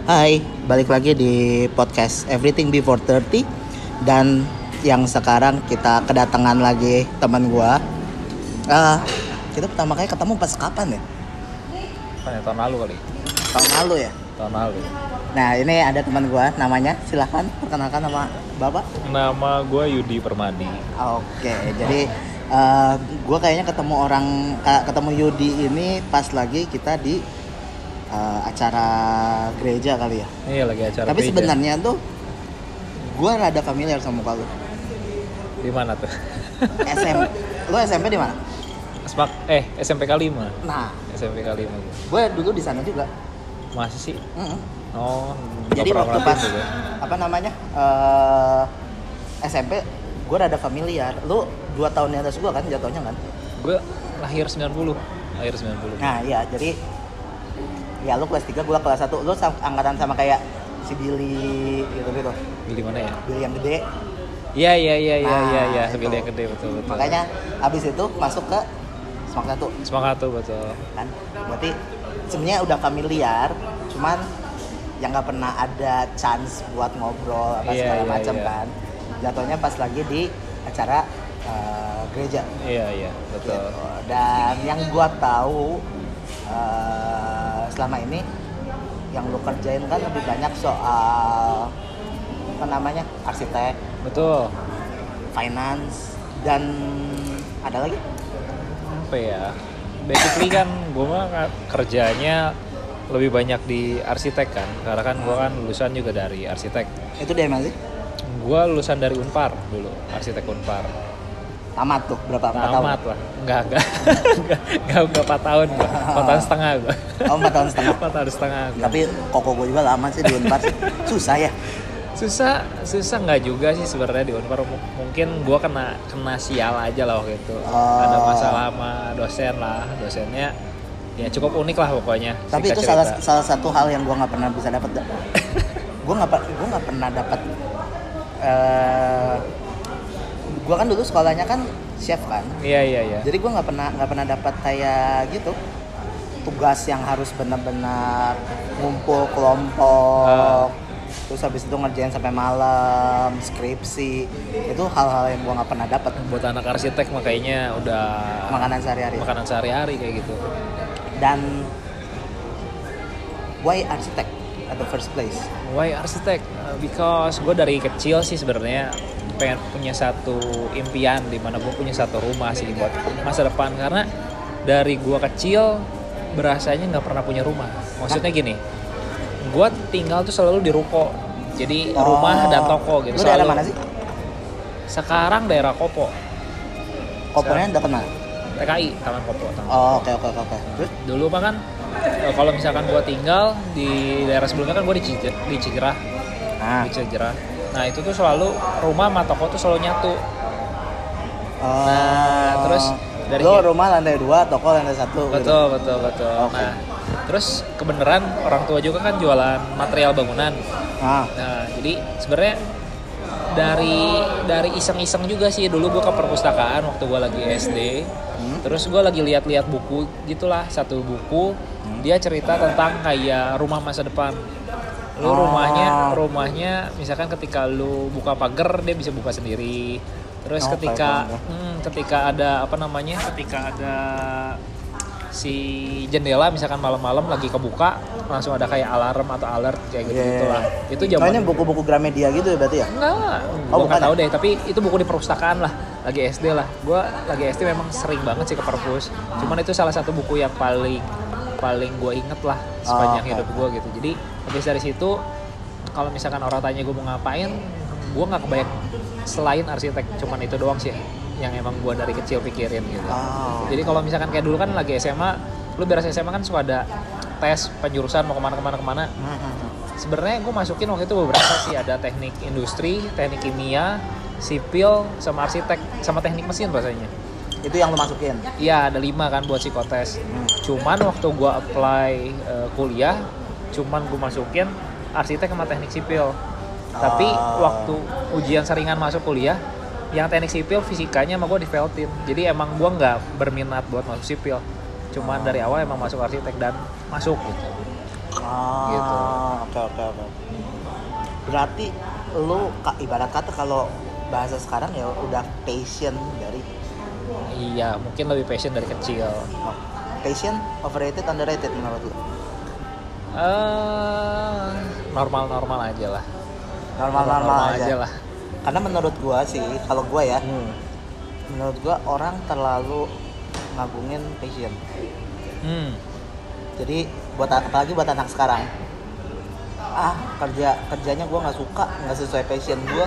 Hai, balik lagi di podcast Everything Before 30. Dan yang sekarang kita kedatangan lagi teman gua. Kita pertama kali ketemu pas kapan ya? Tahun lalu kali. Tahun lalu ya? Tahun lalu. Nah, ini ada teman gua, namanya, silahkan perkenalkan nama Bapak. Nama gue Yudi Permadi. Oke, jadi gua kayaknya ketemu Yudi ini pas lagi kita di acara gereja kali ya. Iya, lagi acara. Tapi gereja. sebenarnya tuh gue rada familiar sama muka lu. Di mana tuh? Lu SMP di mana? SMP K5. Nah, SMP K5. gue dulu di sana juga. Masih sih? Mm-mm. Oh. Jadi nggak waktu pernah pas merhatiin juga. SMP gue rada familiar. Lu 2 tahun di atas gue kan jatuhnya kan? Gue lahir 90. Nah iya, jadi ya lu kelas 3, gue kelas 1. Lu angkatan sama kayak si Billy gitu-gitu. Di mana ya? Billy yang gede. Iya. Nah, Sambil itu. yang gede betul. Makanya abis itu masuk ke Semak 1 Semangat tuh betul. kan. Berarti sebenarnya udah familiar, cuman yang nggak pernah ada chance buat ngobrol apa segala macam kan. Jatuhnya pas lagi di acara gereja. Iya, betul. Gitu. Dan yang gua tahu selama ini yang lu kerjain kan lebih banyak soal arsitek, Betul. finance, dan ada lagi. Apa ya? Basically kan gue mah kerjanya lebih banyak di arsitek kan, karena kan gue kan lulusan juga dari arsitek. Itu dari mana sih? Gue lulusan dari Unpar dulu, arsitek Unpar. Tamat tuh berapa? 4 tahun? Tamat lah, enggak 4 tahun gue, 4 tahun setengah gue. Oh, 4 tahun setengah. 4 tahun setengah gua. Tapi koko gue juga lama sih di Unpar. Susah ya? Susah nggak juga sih sebenarnya di Unpar. Mungkin gue kena sial aja lah waktu itu. Ada masalah sama dosennya ya cukup unik lah pokoknya. Tapi itu salah satu hal yang gue nggak pernah bisa dapat. Gue nggak pernah dapat. Gue kan dulu sekolahnya kan chef kan. Iya. Jadi gue nggak pernah dapat kayak gitu tugas yang harus benar-benar ngumpul kelompok. Terus habis itu ngerjain sampai malam, skripsi. Itu hal-hal yang gue nggak pernah dapat. Buat anak arsitek makanya udah Makanan sehari-hari kayak gitu. Dan why arsitek at the first place? Why arsitek? Because gue dari kecil sih sebenarnya pengen punya satu impian di mana gue punya satu rumah sih buat masa depan, karena dari gue kecil berasanya nggak pernah punya rumah. Maksudnya gini, gue tinggal tuh selalu di ruko, jadi rumah dan toko gitu. Lu daerah mana sih? Sekarang daerah Kopo. Koponya udah kenal? TKI, Taman Kopo. Oh, oke. Terus? Dulu mah kan kalau misalkan gue tinggal di daerah sebelumnya kan gue di Cijerah. Di Cijerah. Nah itu tuh selalu rumah sama toko tuh selalu nyatu. Nah terus dari rumah lantai 2, toko lantai 1. Betul. Okay. Nah terus kebenaran orang tua juga kan jualan material bangunan. Nah jadi sebenarnya dari iseng-iseng juga sih, dulu gue ke perpustakaan waktu gue lagi SD. Terus gue lagi lihat-lihat buku gitulah, satu buku dia cerita tentang kayak rumah masa depan. Lu rumahnya misalkan ketika lu buka pagar dia bisa buka sendiri. Terus ketika ada si jendela misalkan malam-malam lagi kebuka, langsung ada kayak alarm atau alert kayak gitulah. Itu zamannya buku-buku Gramedia gitu ya berarti ya? Enggak, gue nggak tahu deh. Tapi itu buku di perpustakaan lah, lagi SD lah. Gue lagi SD memang sering banget sih ke perpus. Cuman itu salah satu buku yang paling gue inget lah sepanjang hidup gue gitu. Jadi habis dari situ kalau misalkan orang tanya gue mau ngapain, gue nggak kebayang selain arsitek. Cuman itu doang sih yang emang gue dari kecil pikirin gitu. Jadi kalau misalkan kayak dulu kan lagi SMA, lu beres SMA kan suka ada tes penjurusan mau kemana. Sebenarnya gue masukin waktu itu beberapa sih, ada teknik industri, teknik kimia, sipil, sama arsitek, sama teknik mesin rasanya. Itu yang lo masukin? Iya, ada 5 kan buat psikotes. Cuman waktu gue apply kuliah, cuman gue masukin arsitek sama teknik sipil. Tapi waktu ujian saringan masuk kuliah, yang teknik sipil fisikanya sama gue difeltin. Jadi emang gue nggak berminat buat masuk sipil. Cuman dari awal emang masuk arsitek dan masuk gitu. Gitu. Oke. Berarti lu ibarat kata kalau bahasa sekarang ya udah passion dari Iya, mungkin lebih passion dari kecil. passion overrated underrated menurut lu? Normal-normal aja lah. Normal aja. lah. Karena menurut gua sih, kalau gua ya, menurut gua orang terlalu ngagungin passion. Jadi apalagi buat anak sekarang, kerjanya gua nggak suka, nggak sesuai passion gua,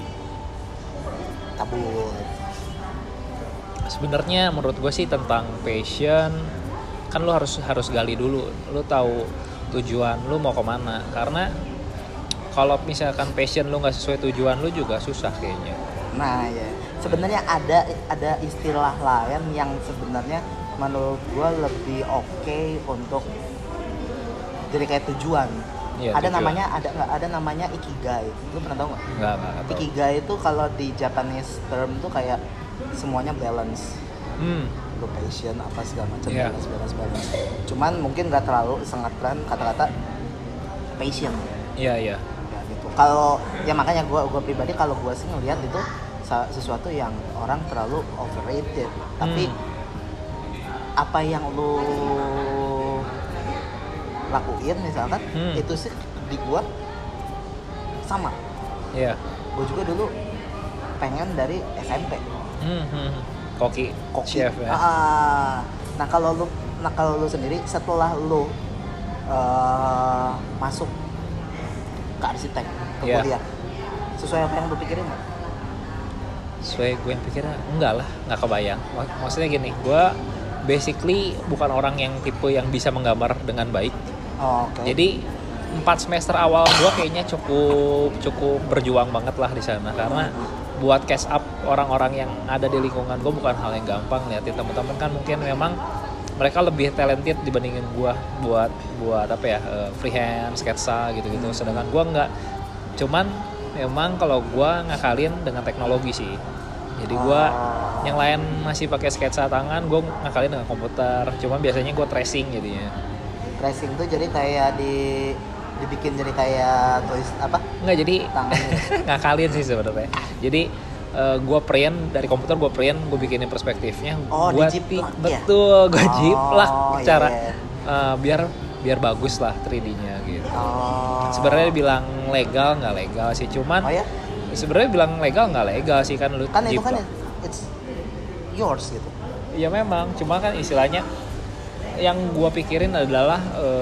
cabut. Sebenarnya menurut gue sih tentang passion, kan lu harus gali dulu, lu tahu tujuan lu mau kemana. Karena kalau misalkan passion lu nggak sesuai tujuan lu juga susah kayaknya. Nah ya, sebenarnya ada istilah lain yang sebenarnya menurut gua lebih oke untuk jadi kayak tujuan. Iya, Ada tujuan. ada namanya ikigai. Lu pernah tahu nggak? Nggak tahu. Ikigai itu kalau di Japanese term tuh kayak semuanya balance. Lu passion apa segala macam, Yeah. balance. Cuman mungkin nggak terlalu sangat keren kata-kata passion. Iya. Ya gitu. Kalau ya makanya gua pribadi kalau gua sih ngelihat itu sesuatu yang orang terlalu overrated. Tapi apa yang lu lakuin misalkan itu sih di gua sama. Iya. Gua juga dulu pengen dari SMP. Koki. Chef ya. Nah kalau lu sendiri setelah lu masuk ke arsitek ke Iya. kuliah, sesuai apa yang lu pikirin nggak? Sesuai gue yang pikirnya enggak lah, nggak kebayang. Maksudnya gini, gue basically bukan orang yang tipe yang bisa menggambar dengan baik. Oke. Jadi 4 semester awal gue kayaknya cukup berjuang banget lah di sana, karena buat catch up orang-orang yang ada di lingkungan gue bukan hal yang gampang. Liatin teman-teman kan mungkin memang mereka lebih talented dibandingin gue buat apa ya, freehand, sketsa gitu-gitu. Sedangkan gue enggak. Cuman memang kalau gue ngakalin dengan teknologi sih. Jadi gue yang lain masih pakai sketsa tangan, gue ngakalin dengan komputer. Cuman biasanya gue tracing jadinya. Tracing tuh jadi kayak dibikin jadi kayak tulis apa? Enggak, jadi Tangannya. ngakalin sih sebenarnya. Jadi gue print dari komputer, gue bikinin perspektifnya. Oh, Gua dijiplak ya? betul, gue jiplak Oh, cara iya. biar bagus lah 3D-nya gitu. Oh. Sebenarnya bilang legal nggak legal sih, cuman Oh ya? sebenarnya bilang legal nggak legal sih, kan lu Kan itu kan jiplak. it's yours gitu. Ya memang, cuma kan istilahnya yang gue pikirin adalah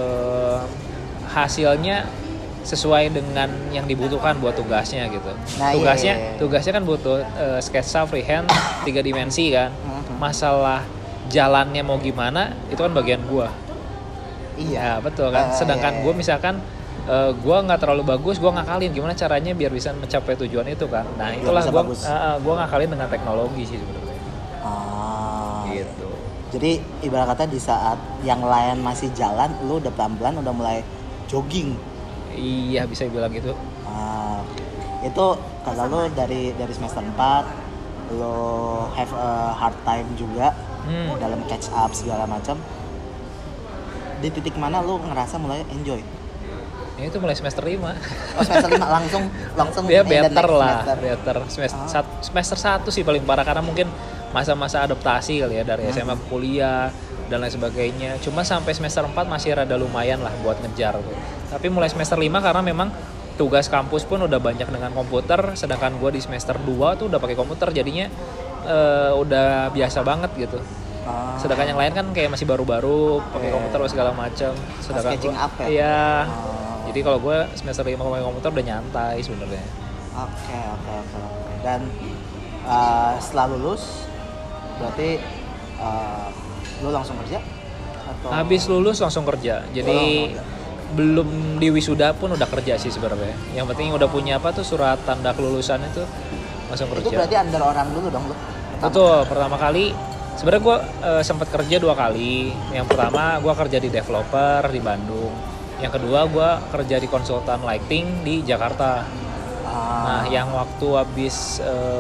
hasilnya sesuai dengan yang dibutuhkan buat tugasnya gitu. Nah, Tugasnya kan butuh sketsa freehand 3 dimensi kan. Mhm. Masalah jalannya mau gimana itu kan bagian gua. Iya. Ya betul kan. Sedangkan gue misalkan gue nggak terlalu bagus, gue ngakalin gimana caranya biar bisa mencapai tujuan itu kan. Nah Biar itulah bisa bagus. gue ngakalin dengan teknologi sih sebenarnya. Gitu. Jadi ibarat kata di saat yang lain masih jalan, lu udah pelan-pelan udah mulai jogging. Iya bisa bilang gitu. Itu kalau lu dari semester 4 lu have a hard time juga dalam catch up segala macam. Di titik mana lu ngerasa mulai enjoy? Ya itu mulai semester 5. Oh, semester 5 langsung Dia in the better next lah, semester. better semester 1 sih paling parah, karena mungkin masa-masa adaptasi kali ya dari SMA ke kuliah dan lain sebagainya. Cuma sampai semester 4 masih rada lumayan lah buat ngejar tuh. Tapi mulai semester 5 karena memang tugas kampus pun udah banyak dengan komputer, sedangkan gue di semester 2 tuh udah pakai komputer, jadinya udah biasa banget gitu. Sedangkan yang lain kan kayak masih baru-baru pakai komputer segala macam. Sedangkan catching up ya? Iya. Jadi kalau gue semester 5 pakai komputer udah nyantai sebenarnya. Oke. Dan setelah lulus berarti lu langsung kerja? Atau Habis lulus langsung kerja. Jadi belum di wisuda pun udah kerja sih sebenarnya. Yang penting udah punya apa tuh surat tanda kelulusan itu langsung kerja. itu berarti under orang dulu dong lu? Betul, pertama kali sebenarnya gue sempat kerja 2 kali. Yang pertama gue kerja di developer di Bandung. Yang kedua gue kerja di konsultan lighting di Jakarta. Nah, yang waktu habis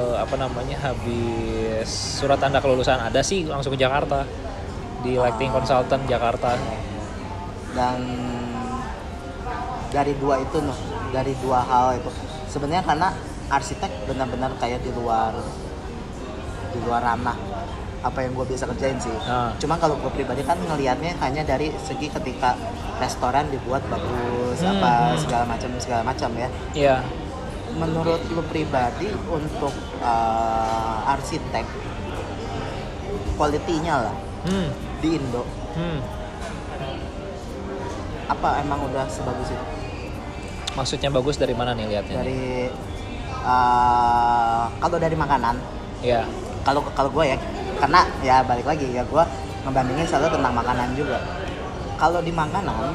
habis surat tanda kelulusan ada sih langsung ke Jakarta di lighting consultant Jakarta. Dan dari dua itu noh, dari dua hal itu. Sebenarnya karena arsitek benar-benar kayak di luar ranah apa yang gue bisa kerjain sih. Cuma kalau gue pribadi kan ngelihatnya hanya dari segi ketika restoran dibuat bagus segala macam ya. Iya. Menurut lu pribadi untuk arsitek quality-nya lah di Indo apa emang udah sebagus itu? Maksudnya bagus dari mana nih lihatnya? Dari kalau dari makanan. Iya. Kalau gue ya, karena ya balik lagi ya gue ngebandingin selalu tentang makanan juga. Kalau di makanan,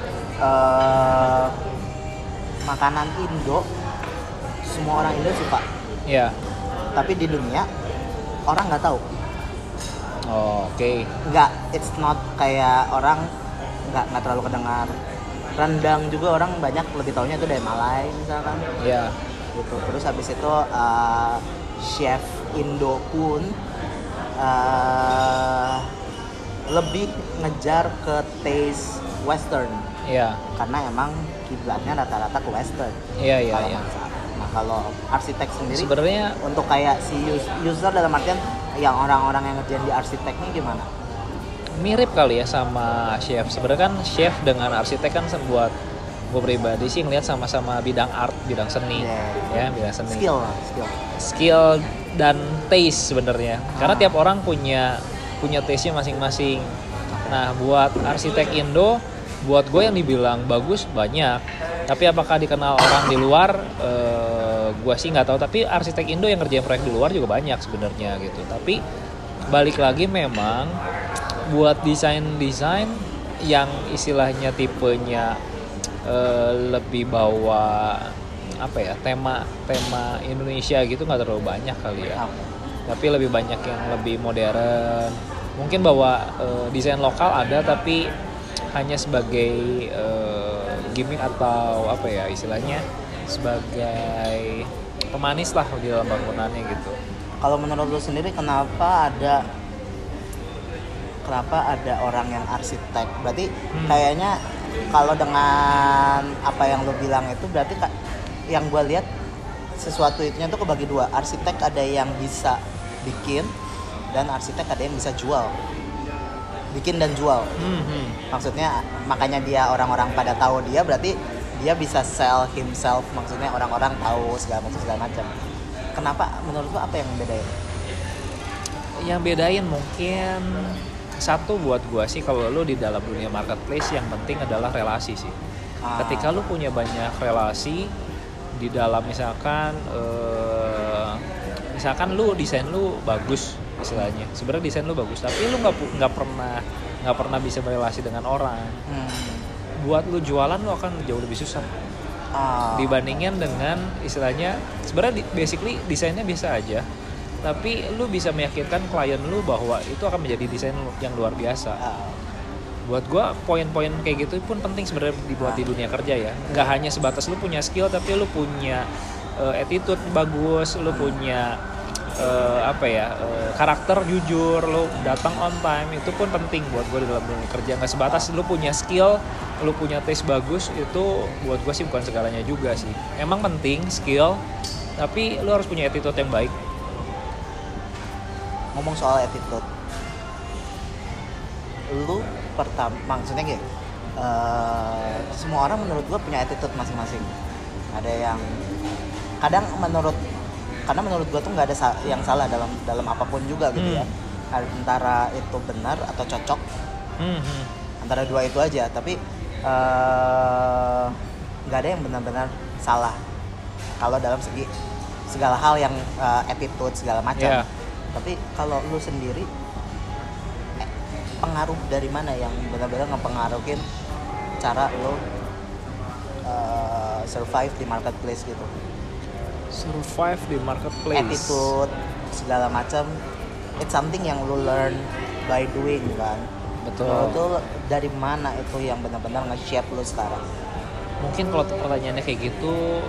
makanan Indo semua orang Indo suka. Iya. Tapi di dunia orang nggak tahu. Oke. Nggak, it's not kayak orang nggak terlalu kedengar. Rendang juga orang banyak lebih taunya itu dari Malai misalkan. Iya. Gitu. Terus habis itu chef Indo pun lebih ngejar ke taste Western. Iya. Karena emang kiblatnya rata-rata ke Western. Iya. Masak. Nah kalau arsitek sendiri Sebenarnya untuk kayak si user dalam artian yang orang-orang yang ngerjain di arsiteknya gimana? mirip kali ya sama chef. Sebenarnya kan chef dengan arsitek kan buat gue pribadi sih ngeliat sama-sama bidang art, bidang seni, ya bidang seni. Skill dan taste sebenarnya. Karena tiap orang punya taste-nya masing-masing. Nah, buat arsitek Indo, buat gue yang dibilang bagus banyak. Tapi apakah dikenal orang di luar? Gue sih nggak tahu. Tapi arsitek Indo yang ngerjain proyek di luar juga banyak sebenarnya gitu. Tapi balik lagi memang buat desain yang istilahnya tipenya lebih bawa apa ya tema Indonesia gitu nggak terlalu banyak kali ya. Tapi lebih banyak yang lebih modern. Mungkin bawa desain lokal ada tapi hanya sebagai gimmick atau apa ya istilahnya sebagai pemanis lah di dalam bangunannya gitu. Kalau menurut lu sendiri kenapa ada orang yang arsitek? Berarti kayaknya kalau dengan apa yang lu bilang itu berarti yang gue lihat sesuatu itunya tuh kebagi dua. Arsitek ada yang bisa bikin dan arsitek ada yang bisa jual. Bikin dan jual. Maksudnya makanya dia orang-orang pada tahu dia berarti dia bisa sell himself. Maksudnya orang-orang tahu segala macam. Kenapa menurut lu apa yang bedain? Yang bedain mungkin satu buat gua sih kalau lu di dalam dunia marketplace yang penting adalah relasi sih. Ketika lu punya banyak relasi di dalam misalkan lu desain lu bagus istilahnya. Sebenarnya desain lu bagus tapi lu nggak pernah bisa berelasi dengan orang. Buat lu jualan lu akan jauh lebih susah. Dibandingin dengan istilahnya sebenarnya basically desainnya biasa aja. Tapi lu bisa meyakinkan klien lu bahwa itu akan menjadi desain yang luar biasa. Buat gua poin-poin kayak gitu pun penting sebenarnya dibuat di dunia kerja ya. Nggak hanya sebatas lu punya skill tapi lu punya attitude bagus, lu punya karakter jujur, lu datang on time, itu pun penting buat gua di dalam dunia kerja. Nggak sebatas lu punya skill, lu punya taste bagus, itu buat gua sih bukan segalanya juga sih. Emang penting skill, tapi lu harus punya attitude yang baik. Ngomong soal attitude, lu maksudnya gini, semua orang menurut gue punya attitude masing-masing. Ada yang kadang karena menurut gue tuh nggak ada yang salah dalam apapun juga gitu ya. Antara itu benar atau cocok, antara dua itu aja. Tapi nggak ada yang benar-benar salah kalau dalam segi segala hal yang attitude segala macam. Tapi kalau lu sendiri pengaruh dari mana yang benar-benar ngepengaruhin cara lu survive di marketplace gitu? Survive di marketplace. Attitude segala macam, it's something yang lu learn by doing kan. Betul. Itu dari mana itu yang benar-benar nge-shape lu sekarang? Mungkin kalau pertanyaannya kayak gitu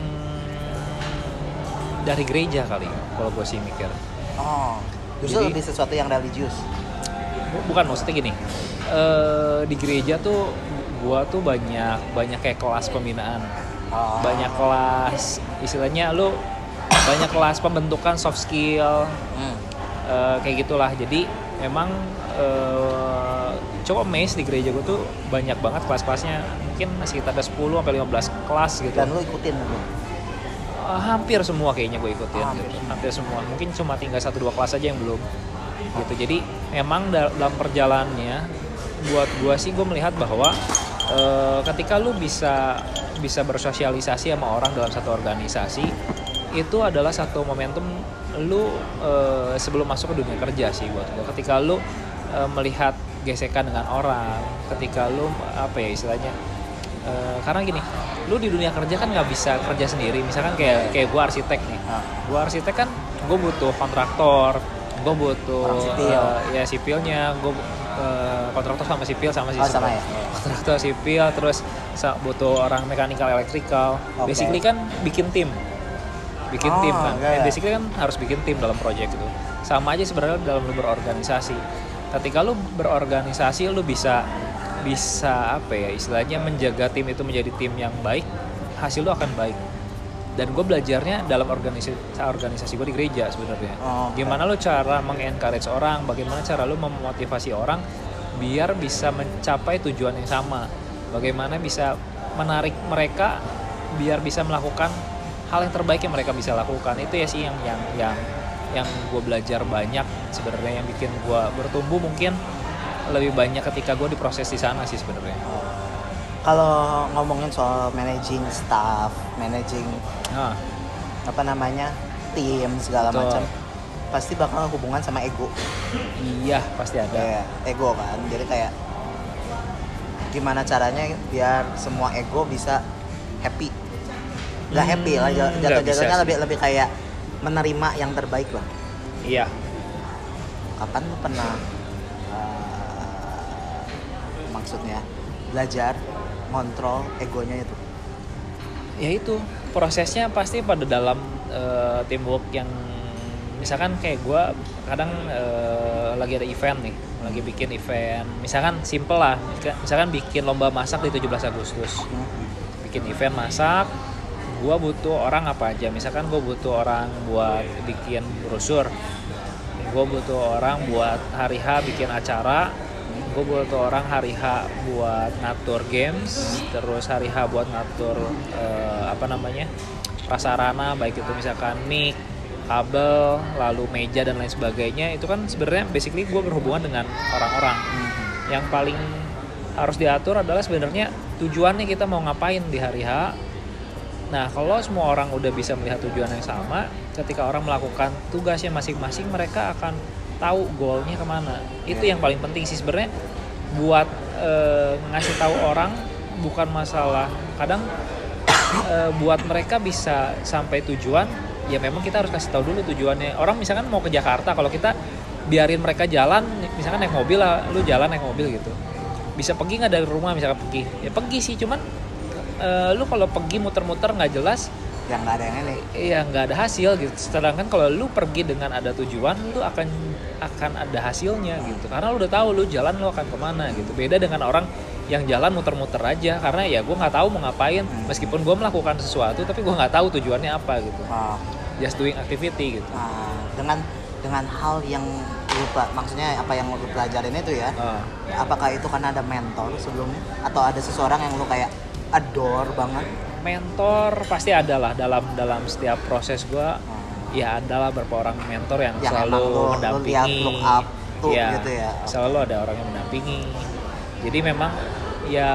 dari gereja kali kalau gue sih mikir. Justru lebih sesuatu yang religius. Bukan, maksudnya gini, di gereja tuh gua tuh banyak kayak kelas pembinaan. Oh. Banyak kelas istilahnya lu banyak kelas pembentukan soft skill. Kayak gitulah. Jadi memang cukup amazed di gereja gue tuh banyak banget kelas-kelasnya, mungkin sekitar ada 10 sampai 15 kelas gitu. Dan lu ikutin lu? Hampir semua kayaknya gue ikutin. Hampir. Gitu. Hampir semua. Mungkin cuma tinggal 1-2 kelas aja yang belum. Gitu. Jadi memang dalam perjalanannya buat gue sih gue melihat bahwa ketika lu bisa bersosialisasi sama orang dalam satu organisasi, itu adalah satu momentum lu sebelum masuk ke dunia kerja sih buat gue. Ketika lu melihat gesekan dengan orang, ketika lu apa ya istilahnya, karena gini, lu di dunia kerja kan nggak bisa kerja sendiri. Misalkan kayak gue arsitek nih, gue arsitek kan gue butuh kontraktor, gue butuh sipil. Ya sipilnya, gue kontraktor sama sipil sama sih. Sama ya? Kontraktor sipil, terus butuh orang mechanical electrical. Okay. Basically kan bikin tim kan. Yeah. Basically kan harus bikin tim dalam project itu. Sama aja sebenarnya dalam lu berorganisasi. Ketika lu berorganisasi, lu bisa apa ya istilahnya menjaga tim itu menjadi tim yang baik, hasil lu akan baik. Dan gue belajarnya dalam organisasi gue di gereja sebenarnya. Gimana lu cara mengencourage orang, bagaimana cara lu memotivasi orang biar bisa mencapai tujuan yang sama, bagaimana bisa menarik mereka biar bisa melakukan hal yang terbaik yang mereka bisa lakukan. Itu ya sih yang gue belajar banyak sebenarnya, yang bikin gue bertumbuh mungkin lebih banyak ketika gue diproses di sana sih sebenarnya. Kalau ngomongin soal managing staff, managing tim segala macam, pasti bakal hubungan sama ego. Iya, pasti ada. Ya, ego kan. Jadi kayak gimana caranya biar semua ego bisa happy. Gak happy lah, jatuh-jatuhnya lebih kayak menerima yang terbaik lah. Iya. Kapan lu pernah maksudnya belajar ngontrol egonya itu? Ya itu prosesnya pasti pada dalam teamwork yang misalkan kayak gue kadang lagi ada event nih, lagi bikin event, misalkan simple lah, misalkan bikin lomba masak di 17 Agustus, bikin event masak, gue butuh orang apa aja, misalkan gue butuh orang buat bikin brosur, gue butuh orang buat hari H bikin acara, gue butuh orang hari H buat ngatur games, terus hari H buat ngatur prasarana, baik itu misalkan mic, kabel, lalu meja dan lain sebagainya. Itu kan sebenarnya basically gue berhubungan dengan orang-orang. Yang paling harus diatur adalah sebenarnya tujuannya kita mau ngapain di hari H. Nah kalau semua orang udah bisa melihat tujuan yang sama, ketika orang melakukan tugasnya masing-masing, mereka akan tahu goalnya kemana. Itu yang paling penting sih sebenarnya, buat ngasih tahu orang bukan masalah. Kadang buat mereka bisa sampai tujuan, ya memang kita harus kasih tahu dulu tujuannya. Orang misalkan mau ke Jakarta, kalau kita biarin mereka jalan, misalkan naik mobil lah, lu jalan naik mobil gitu, bisa pergi nggak dari rumah? Misalkan pergi, ya pergi sih, cuman lu kalau pergi muter-muter nggak jelas, yang nggak ada yang ini, iya nggak ada hasil gitu. Sedangkan kalau lu pergi dengan ada tujuan, lu akan ada hasilnya gitu, karena lu udah tahu lu jalan lu akan kemana gitu. Beda dengan orang yang jalan muter-muter aja, karena ya gue nggak tahu mau ngapain, meskipun gue melakukan sesuatu tapi gue nggak tahu tujuannya apa gitu. Just doing activity gitu. Dengan hal yang lupa, maksudnya apa yang lu pelajarin itu ya, apakah itu karena ada mentor sebelumnya atau ada seseorang yang lu kayak adore banget? Mentor pasti ada lah dalam setiap proses gue. Ya ada lah beberapa orang mentor yang selalu mendampingi, look up tuh, ya, gitu ya. Selalu ada orang yang mendampingi. Jadi memang ya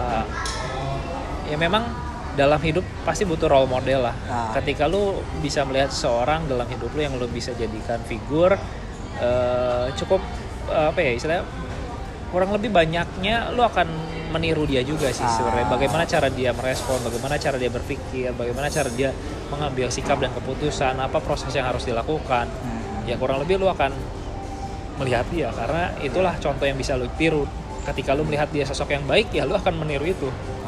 memang dalam hidup pasti butuh role model lah. Ketika lu bisa melihat seseorang dalam hidup lu yang lu bisa jadikan figur, cukup istilahnya kurang lebih banyaknya lu akan meniru dia juga sih sebenarnya. Bagaimana cara dia merespon, bagaimana cara dia berpikir, bagaimana cara dia mengambil sikap dan keputusan, apa proses yang harus dilakukan. Ya kurang lebih lu akan melihat dia, karena itulah contoh yang bisa lu tiru. Ketika lu melihat dia sosok yang baik, ya lu akan meniru itu.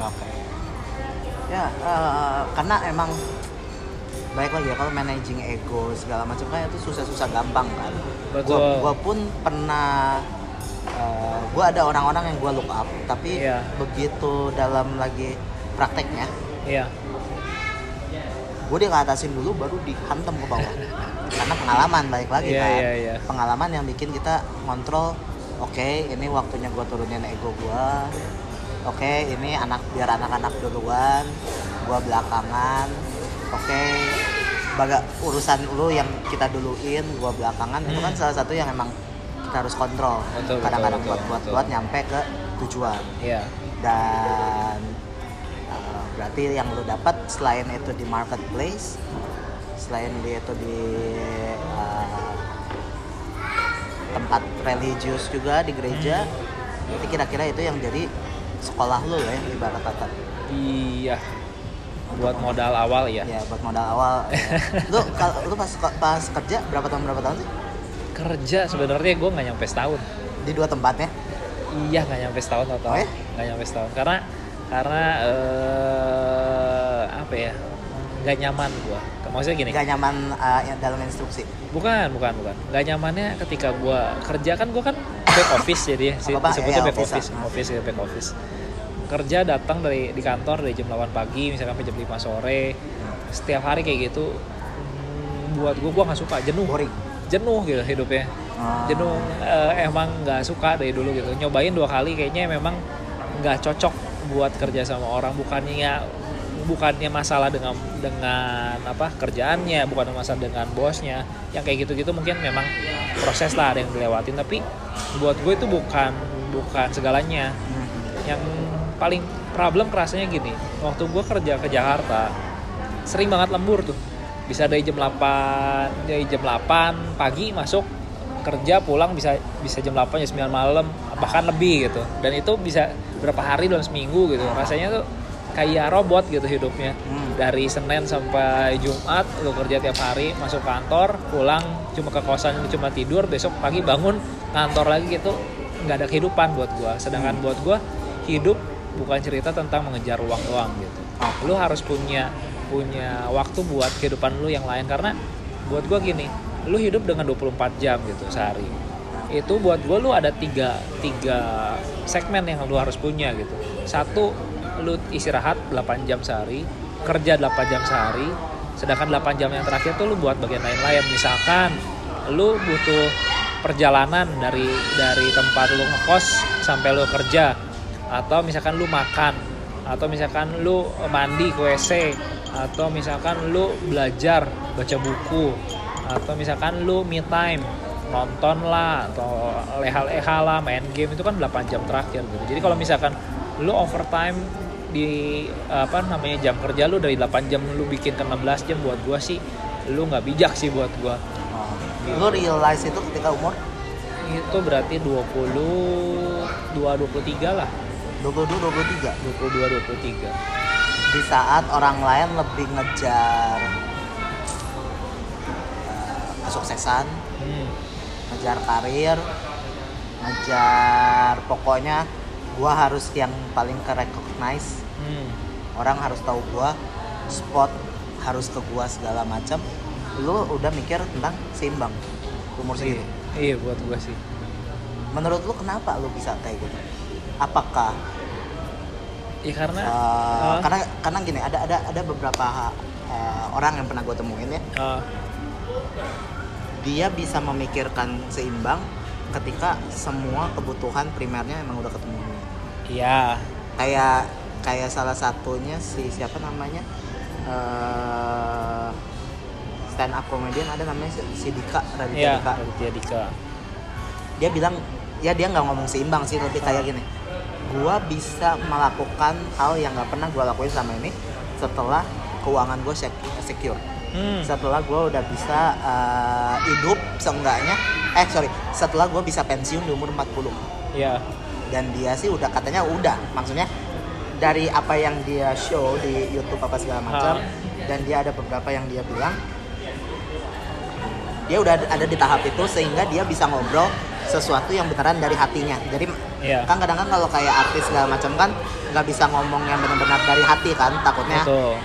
Ya, karena emang baik lagi ya, kalau managing ego segala macam kan itu susah-susah gampang kan. Betul. Gua pun pernah gue ada orang-orang yang gue look up, tapi Iya. begitu dalam lagi prakteknya, Iya. gue dia ngatasin dulu baru dihantam ke bawah. Karena pengalaman balik lagi Iya, kan, iya, iya. pengalaman yang bikin kita ngontrol. Oke, ini waktunya gue turunin ego gue. Oke, ini biar anak-anak duluan, gue belakangan. Oke, urusan lu yang kita duluin, gue belakangan. Itu kan salah satu yang emang kita harus kontrol. Betul, Kadang-kadang betul. buat nyampe ke tujuan. Iya. Dan berarti yang lu dapat selain itu di marketplace, selain itu di tempat religius juga di gereja, jadi kira-kira itu yang jadi sekolah lu ya ibarat kata. Iya. Buat modal awal ya. Ya buat modal awal. Ya. Lu pas kerja berapa tahun sih? Kerja sebenarnya gue nggak nyampe setahun. Di 2 tempatnya? Iya, nggak nyampe setahun total. Oh ya? Nggak nyampe setahun karena apa ya, nggak nyaman gue. Maksudnya gini. Gak nyaman dalam instruksi. Bukan. Nggak nyamannya ketika gue kerja kan gue kan back office jadi ya. Disebutnya back office. Kerja datang di kantor dari jam 8 pagi misalkan sampai jam 5 sore. Setiap hari kayak gitu. Buat gue nggak suka, Boring. jenuh gitu hidupnya. Jenuh, emang nggak suka dari dulu gitu. Nyobain 2 kali kayaknya memang nggak cocok buat kerja sama orang. Bukannya masalah dengan apa kerjaannya, bukan masalah dengan bosnya. Yang kayak gitu-gitu mungkin memang proses lah ada yang dilewatin, tapi buat gue itu bukan segalanya. Yang paling problem kerasanya gini, waktu gue kerja ke Jakarta sering banget lembur tuh. Bisa dari jam 8 pagi masuk kerja, pulang bisa jam 8 jam 9 malam bahkan lebih gitu. Dan itu bisa berapa hari dalam seminggu gitu. Rasanya tuh kayak robot gitu hidupnya. Dari Senin sampai Jumat lu kerja tiap hari, masuk kantor, pulang cuma ke kosan cuma tidur, besok pagi bangun kantor lagi gitu. Nggak ada kehidupan buat gua. Sedangkan buat gua hidup bukan cerita tentang mengejar uang doang gitu. Lu harus punya waktu buat kehidupan lu yang lain, karena buat gua gini, lu hidup dengan 24 jam gitu sehari. Itu buat gua lu ada tiga segmen yang lu harus punya gitu. Satu, lu istirahat 8 jam sehari, kerja 8 jam sehari, sedangkan 8 jam yang terakhir tuh lu buat bagian lain-lain. Misalkan lu butuh perjalanan dari tempat lu ngekos sampai lu kerja, atau misalkan lu makan, atau misalkan lu mandi ke WC, atau misalkan lu belajar baca buku, atau misalkan lu me time nonton lah, atau leha-leha lah, main game, itu kan 8 jam terakhir gitu. Jadi kalau misalkan lu overtime di jam kerja lu dari 8 jam lu bikin ke 16 jam, buat gua sih lu nggak bijak sih buat gua. Gitu. Lu realize itu ketika umur? Itu berarti 23 lah. 22-23? 22-23. Di saat orang lain lebih ngejar kesuksesan, ngejar karir, ngejar pokoknya gua harus yang paling recognize. Orang harus tahu gua, spot harus ke gua segala macam. Lu udah mikir tentang seimbang umur segitu. Iya, buat gua sih. Menurut lu kenapa lu bisa kayak gitu? Apakah ya karena karena gini, ada beberapa orang yang pernah gue temuin ya, dia bisa memikirkan seimbang ketika semua kebutuhan primernya emang udah ketemu. Iya. Kayak salah satunya siapa namanya, stand up comedian ada namanya si Dika, Raditya Dika. Dia bilang ya, dia nggak ngomong seimbang sih, lebih kayak gini, gua bisa melakukan hal yang nggak pernah gua lakuin selama ini setelah keuangan gua secure. Setelah gua udah bisa hidup seenggaknya setelah gua bisa pensiun di umur 40. Iya. Dan dia sih udah katanya maksudnya dari apa yang dia show di YouTube apa segala macam, dan dia ada beberapa yang dia bilang dia udah ada di tahap itu sehingga dia bisa ngobrol sesuatu yang beneran dari hatinya. Jadi kan kadang-kadang kalau kayak artis segala macam kan nggak bisa ngomong yang benar-benar dari hati kan, takutnya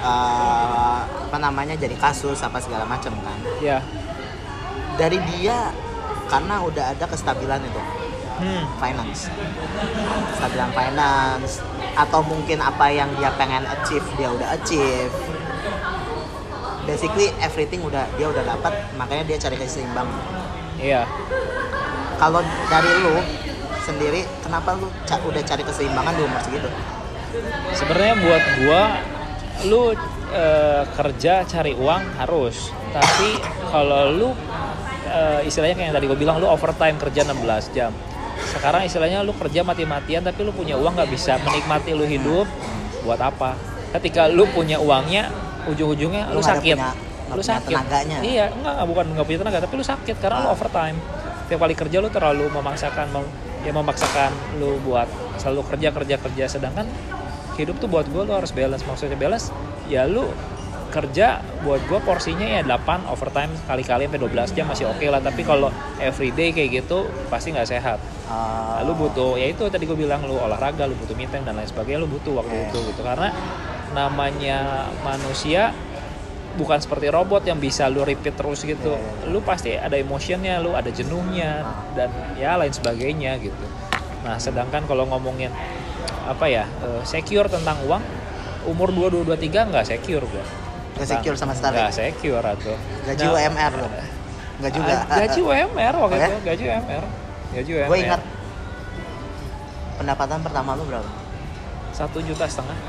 jadi kasus apa segala macam kan. Iya. Dari dia karena udah ada kestabilan itu. Finance. Kestabilan finance, atau mungkin apa yang dia pengen achieve dia udah achieve. Basically everything dia udah dapat, makanya dia cari keseimbangan. Iya. Kalau dari lu sendiri, kenapa lu udah cari keseimbangan di umur segitu? Sebenarnya buat gua, lu kerja cari uang harus, tapi kalau lu istilahnya kayak yang tadi gua bilang, lu overtime kerja 16 jam. Sekarang istilahnya lu kerja mati-matian tapi lu punya uang nggak bisa menikmati lu hidup, buat apa? Ketika lu punya uangnya, ujung-ujungnya lu sakit. Lu sakit. Tenaganya. Iya, bukan nggak punya tenaga, tapi lu sakit karena lu overtime. Tiap kali kerja lu terlalu memaksakan lu buat selalu kerja, sedangkan hidup tuh buat gue lu harus balance. Maksudnya balance ya lu kerja buat gue porsinya ya 8 overtime kali-kali sampai 12 jam masih oke lah, tapi kalau everyday kayak gitu pasti nggak sehat. Lu butuh, ya itu tadi gue bilang, lu olahraga, lu butuh me time dan lain sebagainya, lu butuh waktu itu gitu, karena namanya manusia bukan seperti robot yang bisa lu repeat terus gitu. Lu pasti ada emotionnya, lu ada jenuhnya dan ya lain sebagainya gitu. Nah sedangkan kalau ngomongin secure tentang uang, umur 22 23 nggak secure gua. Nggak secure sama sekali. Nggak secure atau gaji UMR loh. Nggak juga. Gaji UMR waktu itu, gaji UMR. Gue ingat pendapatan pertama lu berapa? 1,5 juta.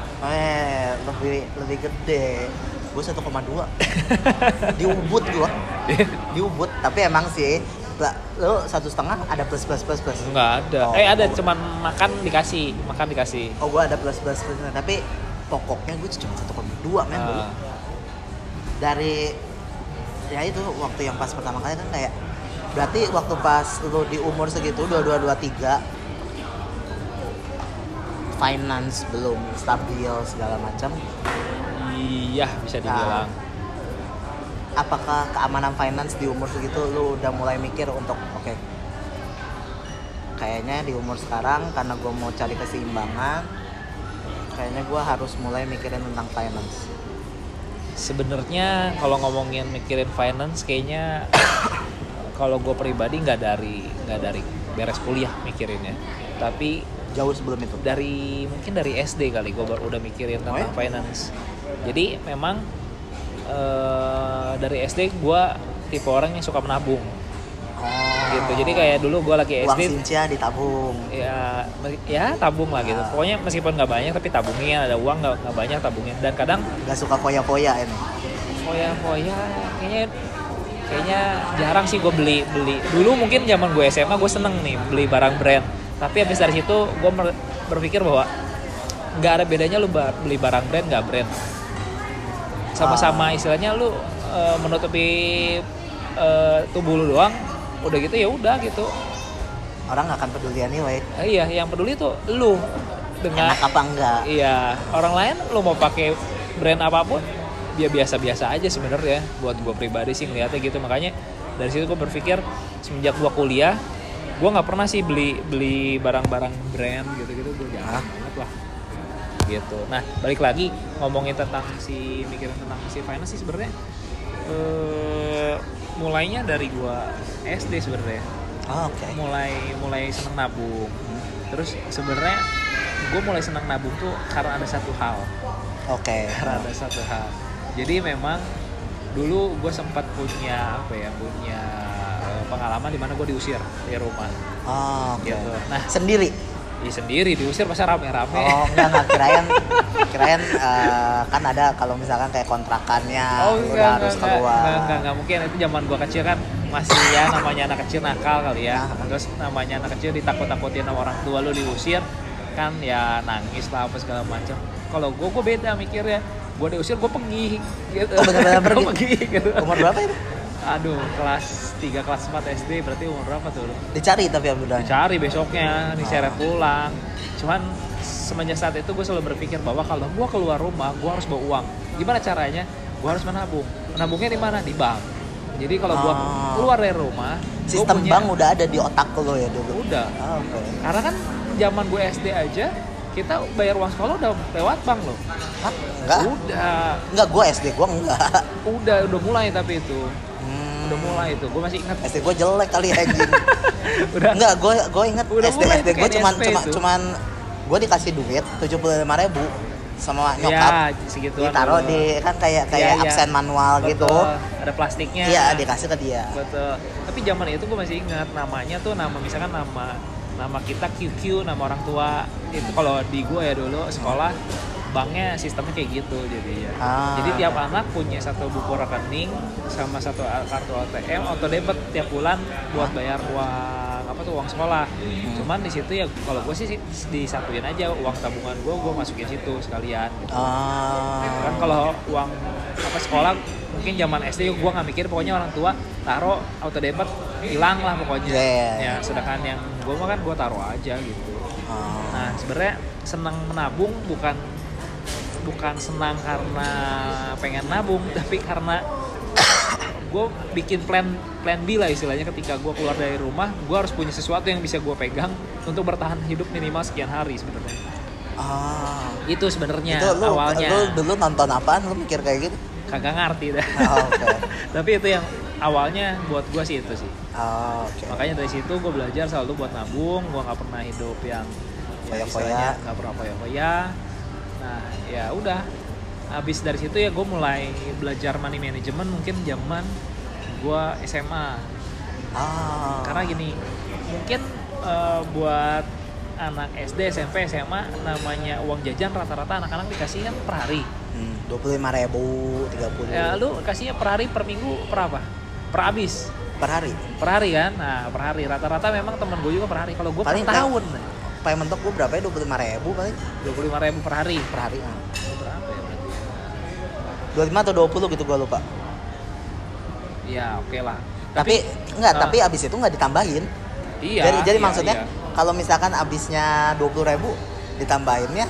Lebih gede. Gue 1,2. Di Ubud gue. Di Ubud. Tapi emang sih lu 1,5 ada plus. Nggak ada. Ada cuman makan dikasih. Oh, gue ada plus. Tapi pokoknya gue cuma 1,2 men. Dari ya itu waktu yang pas pertama kali kan kayak, berarti waktu pas lu di umur segitu 22 23 finance belum stabil segala macam. Iya, bisa dibilang. Apakah keamanan finance di umur segitu lu udah mulai mikir untuk oke, kayaknya di umur sekarang karena gue mau cari keseimbangan, kayaknya gue harus mulai mikirin tentang finance? Sebenarnya kalau ngomongin mikirin finance, kayaknya kalau gue pribadi nggak dari beres kuliah mikirinnya, tapi jauh sebelum itu. Mungkin dari SD kali gue udah mikirin tentang finance. Jadi memang dari SD gue tipe orang yang suka menabung. Gitu. Jadi kayak dulu gue lagi SD, uang sincia ditabung. Ya tabung lah gitu. Pokoknya meskipun nggak banyak tapi tabungin, ada uang nggak banyak tabungin. Dan kadang nggak suka foya-foya ini. Foya kayaknya jarang sih gue beli. Dulu mungkin zaman gue SMA gue seneng nih beli barang brand. Tapi habis dari situ gue berpikir bahwa nggak ada bedanya lu beli barang brand nggak brand. Sama-sama istilahnya lu menutupi tubuh lu doang. Udah gitu ya udah gitu. Orang nggak akan peduli anyway. Iya, yang peduli tuh lu dengan enak apa enggak. Iya, orang lain lu mau pakai brand apapun dia biasa-biasa aja sebenarnya. Buat gue pribadi sih ngeliatnya gitu. Makanya dari situ gue berpikir semenjak gue kuliah, gue nggak pernah sih beli barang-barang brand gitu-gitu, gue jarang banget lah gitu. Nah balik lagi ngomongin tentang mikirin tentang finance sih sebenarnya mulainya dari gue SD sebenarnya. Mulai seneng nabung. Terus sebenarnya gue mulai seneng nabung tuh karena ada satu hal. Karena ada satu hal. Jadi memang dulu gue sempat punya pengalaman di mana gue diusir dari rumah. Gitu. Nah sendiri diusir masa rame-rame. Enggak kirain kan ada kalau misalkan kayak kontrakannya udah harus keluar. Enggak mungkin, itu zaman gua kecil kan masih ya namanya anak kecil nakal kali ya. Terus namanya anak kecil ditakut-takutin sama orang tua, lu diusir kan ya nangis lah apa segala macam. Kalau gua beda mikirnya. Gua diusir gua pergi gitu. Benar-benar pergi gitu. Umur berapa itu? Aduh, kelas 3, kelas 4 SD, berarti umur berapa tuh lu? Dicari tapi udah. Dicari besoknya, diseret pulang. Cuman semenjak saat itu gue selalu berpikir bahwa kalau gue keluar rumah, gue harus bawa uang. Gimana caranya? Gue harus menabung. Menabungnya di mana? Di bank. Jadi kalau gue keluar dari rumah, sistem bank udah ada di otak lo ya dulu? Udah. Karena kan zaman gue SD aja, kita bayar uang sekolah udah lewat bank loh. Enggak? Udah. Enggak, gue SD, gue enggak. Udah mulai tapi itu. udah mulai itu. Gue masih ingat. SD gue jelek kali anjing. Udah. Enggak, gue inget Udah SD mulai SD gue kayak DSP itu. cuman gue dikasih duit 75.000 sama Ya, nyokap. segituan. Ditaruh dulu. di kan kayak Iya. absen manual Betul. gitu. Ada plastiknya. Iya, dikasih ke dia. Betul. Tapi zaman itu gue masih ingat namanya tuh misalkan nama kita QQ, nama orang tua. Itu kalau di gue ya dulu sekolah banknya sistemnya kayak gitu jadi ya. Jadi tiap anak punya satu buku rekening sama satu kartu ATM auto debit tiap bulan buat bayar uang sekolah. Cuman di situ ya kalau gue sih disatuin aja uang tabungan gue masukin situ sekalian gitu. Kan kalau uang sekolah mungkin zaman SD gue nggak mikir, pokoknya orang tua taruh auto debit hilang lah pokoknya. Ya sedangkan yang gue mah kan gue taruh aja gitu. Nah sebenarnya senang menabung bukan senang karena pengen nabung, tapi karena gue bikin plan B lah istilahnya. Ketika gue keluar dari rumah, gue harus punya sesuatu yang bisa gue pegang untuk bertahan hidup minimal sekian hari sebenarnya. Itu sebenarnya awalnya. Lu dulu nonton apaan? Lu mikir kayak gitu? Kagak ngerti dah. Okay. Tapi itu yang awalnya buat gue sih itu sih. Okay. Makanya dari situ gue belajar selalu buat nabung. Gue nggak pernah hidup yang foya-foya, nggak pernah foya-foya. Nah ya udah, habis dari situ ya gue mulai belajar money management mungkin zaman gue SMA. Karena gini, mungkin buat anak SD, SMP, SMA namanya uang jajan rata-rata anak-anak dikasih kan per hari. 25.000, 30. Ya lu kasihnya per hari, per minggu, per apa? Per habis. Per hari. Per hari kan? Nah per hari rata-rata memang temen gue juga per hari. Kalau gue per tahun. Paling mentok gue berapa ya? 25.000 paling. 25.000 per hari. Per hari. Berapa ya berarti? 25 atau 20 gitu gue lupa. Ya oke lah. Tapi abis itu nggak ditambahin. Iya. Jadi maksudnya kalau misalkan abisnya 20.000 ditambahinnya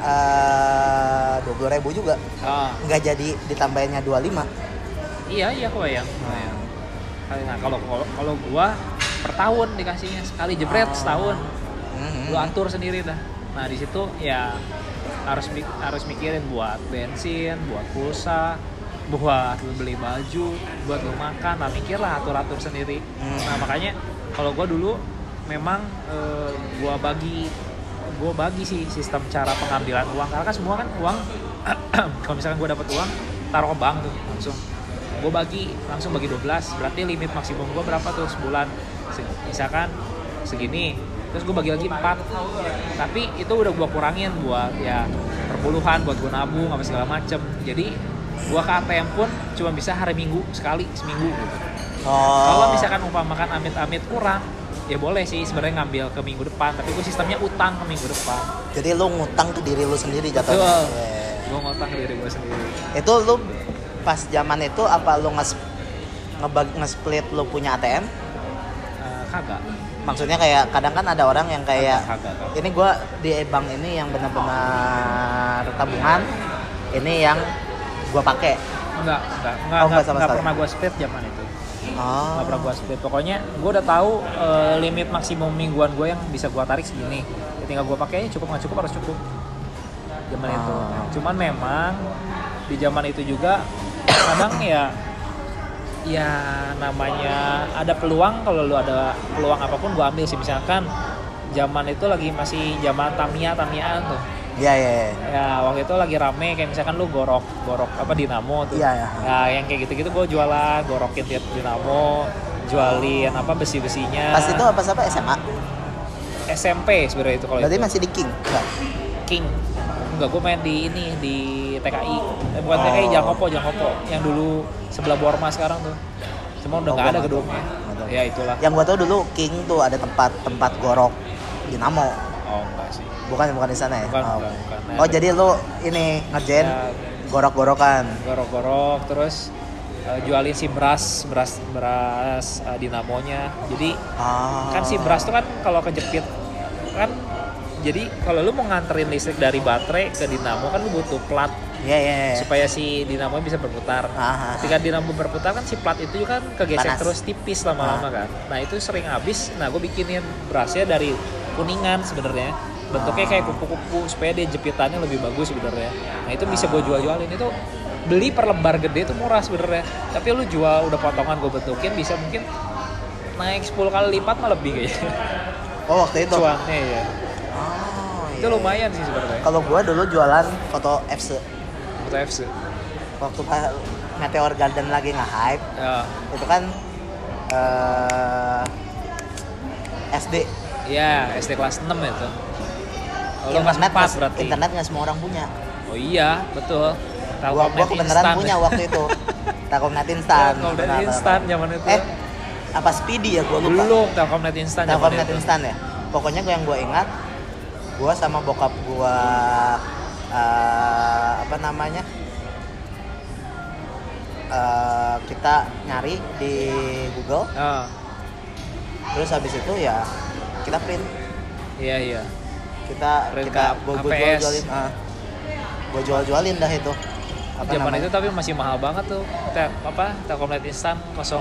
20.000 juga. Nggak jadi ditambahinnya 25. Iya kebayang. Nah kalau gua per tahun dikasihnya sekali jebret setahun. Lu atur sendiri dah. Nah di situ ya harus mikirin buat bensin, buat pulsa, buat lu beli baju, buat lu makan. Nah mikirlah atur sendiri. Nah makanya kalau gua dulu memang gua bagi sih sistem cara pengambilan uang, karena kan semua kan uang kalau misalkan gua dapat uang taruh ke bank tuh langsung. Gue langsung bagi 12, berarti limit maksimum gue berapa tuh sebulan, misalkan segini, terus gue bagi lagi 4, tapi itu udah gue kurangin buat ya perpuluhan, buat gue nabung apa segala macem. Jadi gue ke ATM pun cuma bisa hari Minggu seminggu gitu. Kalau misalkan umpamakan amit-amit kurang, ya boleh sih sebenarnya ngambil ke minggu depan, tapi gue sistemnya utang ke minggu depan. Jadi lu ngutang ke diri lu sendiri jatuhnya. Gue ngutang ke diri gue sendiri. Itu lu pas zaman itu apa lu nge-split lu punya ATM? Kagak. Maksudnya kayak kadang kan ada orang yang kayak kagak. Ini gue di bank ini yang benar-benar tabungan, ini yang gue pakai. Enggak pernah gue split zaman itu. Nggak pernah gue split. Pokoknya gue udah tahu limit maksimum mingguan gue yang bisa gue tarik segini. Ya, tinggal gue pakainya cukup nggak cukup harus cukup. Zaman itu. Cuman memang di zaman itu juga kadang ya namanya ada peluang. Kalau lu ada peluang apapun gue ambil sih. Misalkan zaman itu lagi masih zaman Tamiya-Tamiyaan tuh. Iya. Ya waktu itu lagi rame kayak misalkan lu gorok apa dinamo tuh. Iya. Nah yang kayak gitu-gitu gue jualan, gorokin tiap dinamo, jualin apa besi-besinya. Pas itu apa SMA? SMP sebenarnya itu kalau. Berarti itu. masih di King? Enggak. King. Enggak, gue main di TKI. Bukan TKI, Jangkopo yang dulu sebelah Borma sekarang tuh. Cuma udah nggak ada gedungnya. Ya itulah. Yang gue tau dulu King tuh ada tempat gorok dinamo. Oh enggak sih. Bukan di sana ya? Bukan. Nah, jadi lu ini ngerjain ya, gorok-gorokan. Gorok-gorok terus jualin si beras dinamonya. Jadi kan si beras tuh kan kalau kejepit kan, jadi kalau lu mau nganterin listrik dari baterai ke dinamo kan lu butuh plat. Iya. Supaya si dinamo bisa berputar. Ketika dinamo berputar kan si plat itu kan kegesek terus tipis lama-lama kan. Nah itu sering habis. Nah gue bikinin berasnya dari kuningan sebenarnya. Bentuknya kayak kupu-kupu supaya dia jepitannya lebih bagus sebenarnya. Nah itu bisa gue jual-jualin. Itu beli per lembar gede itu murah sebenarnya. Tapi lu jual udah potongan gue bentukin bisa mungkin naik 10 kali lipat mah lebih kayaknya. Oh waktu itu. Cuannya ya. Oh, Itu lumayan sih sebenarnya. Kalau gua dulu jualan foto FC. Foto FC. Waktu Meteor Garden lagi nge-hype, Ya. itu kan SD. Iya, SD kelas 6 itu. Kalau kelas Internet 4 berarti. Internet nggak semua orang punya. Oh iya, betul. Gua Telkomnet kebenaran instan. punya waktu itu. Telkomnet instan. Telkomnet Benar, instan benar. zaman itu. Apa Speedy ya gua lupa. Belum Telkomnet instan zaman Telkomnet itu. instan ya. Pokoknya yang gua ingat, gua sama bokap gua apa namanya? Kita nyari di Google, Ah, terus habis itu ya kita print, iya. kita Print kita ke gua HPS. jualin, gua jualin dah itu. Apa Zaman namanya? itu tapi masih mahal banget tuh. Telkomnet instan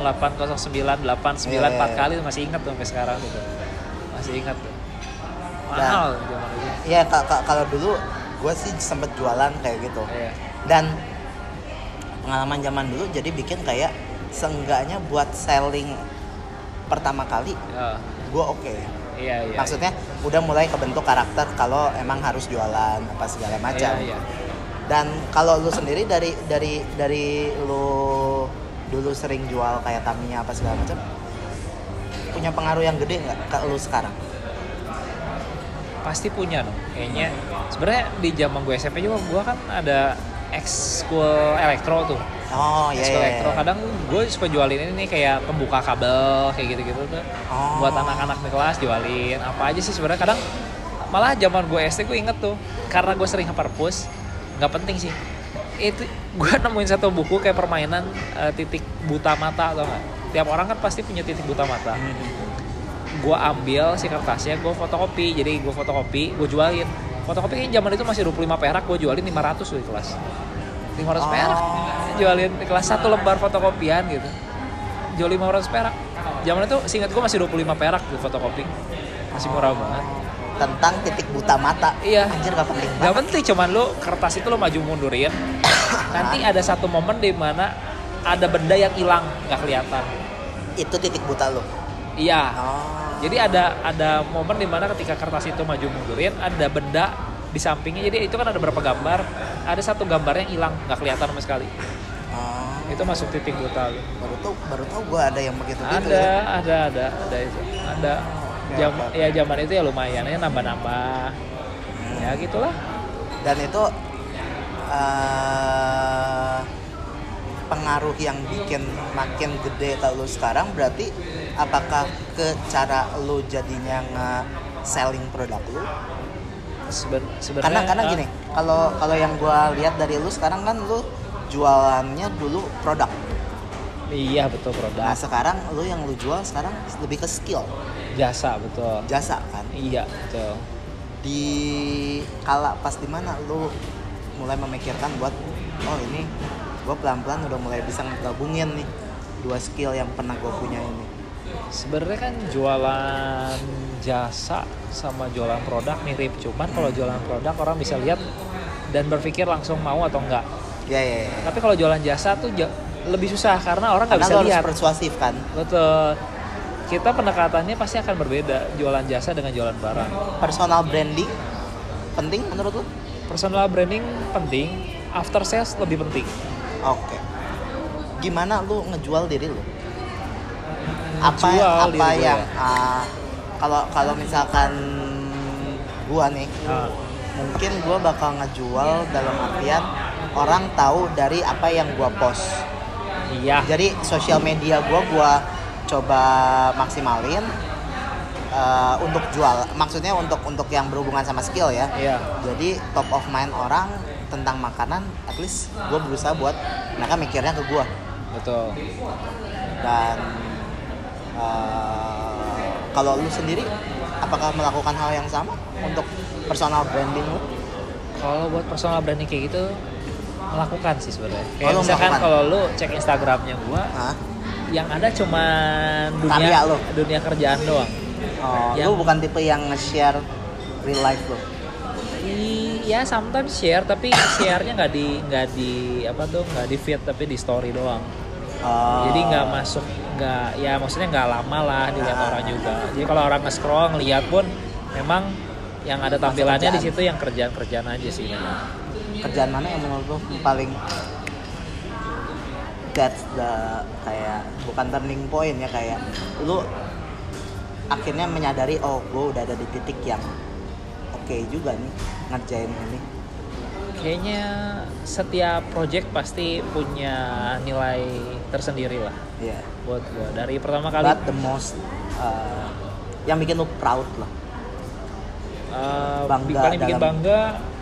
080989 Iya, 4 iya. kali tuh masih ingat tuh sampai sekarang gitu. Masih ingat tuh. Mahal zaman itu. Iya, kalau dulu gue sih sempet jualan kayak gitu. Iya. Dan pengalaman zaman dulu jadi bikin kayak seenggaknya buat selling pertama kali Ya. gue oke. Iya. Maksudnya udah mulai kebentuk karakter kalau emang harus jualan apa segala macam. Iya. Dan kalau lu sendiri dari lu dulu sering jual kayak Tamiya apa segala macam, punya pengaruh yang gede nggak ke lu sekarang? Pasti punya dong kayaknya. Sebenarnya di zaman gue SMP juga gue kan ada ekskul elektro tuh. Oh iya. Ekskul Iya, elektro iya. kadang gue suka jualin ini nih kayak pembuka kabel kayak gitu-gitu tuh. Oh. Buat anak-anak di kelas jualin apa aja sih sebenarnya. Kadang malah zaman gue SD gue inget tuh karena gue sering ke perpus, nggak penting sih. Itu gue nemuin satu buku kayak permainan titik buta mata atau nggak? Tiap orang kan pasti punya titik buta mata. Gue ambil si kertasnya, gue fotokopi. Jadi gue fotokopi, gue jualin. Fotokopi kayaknya zaman itu masih 25 perak, gue jualin 500 tuh di kelas. 500 perak. Jualin di kelas 1 lembar fotokopian gitu. Jual 500 perak. Zaman itu seingat gue masih 25 perak tuh fotokopi. Masih murah banget. Tentang titik buta mata. Iya. Anjir gak penting Gak banget. penting, cuman lu kertas itu lu maju mundurin. Nanti ada satu momen di mana ada benda yang hilang, nggak kelihatan. Itu titik buta lo. Iya. Oh. Jadi ada momen di mana ketika kertas itu maju mundurin, ada benda di sampingnya. Jadi itu kan ada beberapa gambar, ada satu gambar yang hilang, nggak kelihatan sama sekali. Oh. Itu masuk titik buta lu. Baru tahu gue ada yang begitu gitu. Ada itu. Ada. Zaman itu ya lumayan ya nambah-nambah. Ya gitulah. Dan itu pengaruh yang bikin makin gede ke lu sekarang berarti apakah ke cara lu jadinya nge-selling produk lu? Sebenarnya Karena gini, kalau yang gua lihat dari lu sekarang kan lu jualannya dulu produk. Iya betul Nah, produk. sekarang lu yang lu jual sekarang lebih ke skill, Jasa betul. jasa kan. Iya betul. Di kala pas di mana lu mulai memikirkan buat ini gue pelan-pelan udah mulai bisa ngegabungin nih dua skill yang pernah gue punya ini. Sebenarnya kan jualan jasa sama jualan produk mirip, cuman kalau jualan produk orang bisa lihat dan berpikir langsung mau atau enggak. Ya. Tapi kalau jualan jasa tuh lebih susah karena orang nggak bisa Karena lu lihat. harus persuasif kan. Betul. Kita pendekatannya pasti akan berbeda jualan jasa dengan jualan barang. Personal branding penting menurut lu? Personal branding penting, after sales lebih penting. Oke. Gimana lu ngejual diri lu? Ngejual diri Apa gue yang ya. kalau misalkan gua nih, mungkin gua bakal ngejual dalam artian orang tahu dari apa yang gua post. Iya. Jadi sosial media gua coba maksimalin untuk jual. Maksudnya untuk yang berhubungan sama skill ya. Iya. Jadi top of mind orang tentang makanan, at least gue berusaha buat mereka mikirnya ke gue. Betul. Dan kalau lu sendiri, apakah melakukan hal yang sama untuk personal branding lu? Kalau buat personal branding kayak gitu melakukan sih sebenarnya. Kayak lu misalkan melakukan? kalau lu cek Instagramnya gua, Hah? yang ada cuman Karya lu? dunia kerjaan doang. Oh, Yang- lu bukan tipe yang nge-share real life lu? ya sometimes share, tapi share-nya nggak di feed tapi di story doang. Jadi nggak masuk, nggak, ya maksudnya nggak lama lah dilihat orang juga. Jadi kalau orang nge-scroll ngeliat pun memang yang ada tampilannya di situ yang kerjaan aja sih memang. Kerjaan mana yang menurut lo paling that's the kayak bukan turning point ya, kayak lu akhirnya menyadari oh gue udah ada di titik yang oke juga nih ngerjain ini. Kayaknya setiap project pasti punya nilai tersendiri lah. Iya. Buat gue dari pertama kali. But the most yang bikin lu proud lah. Bangga paling bikin dalam- bangga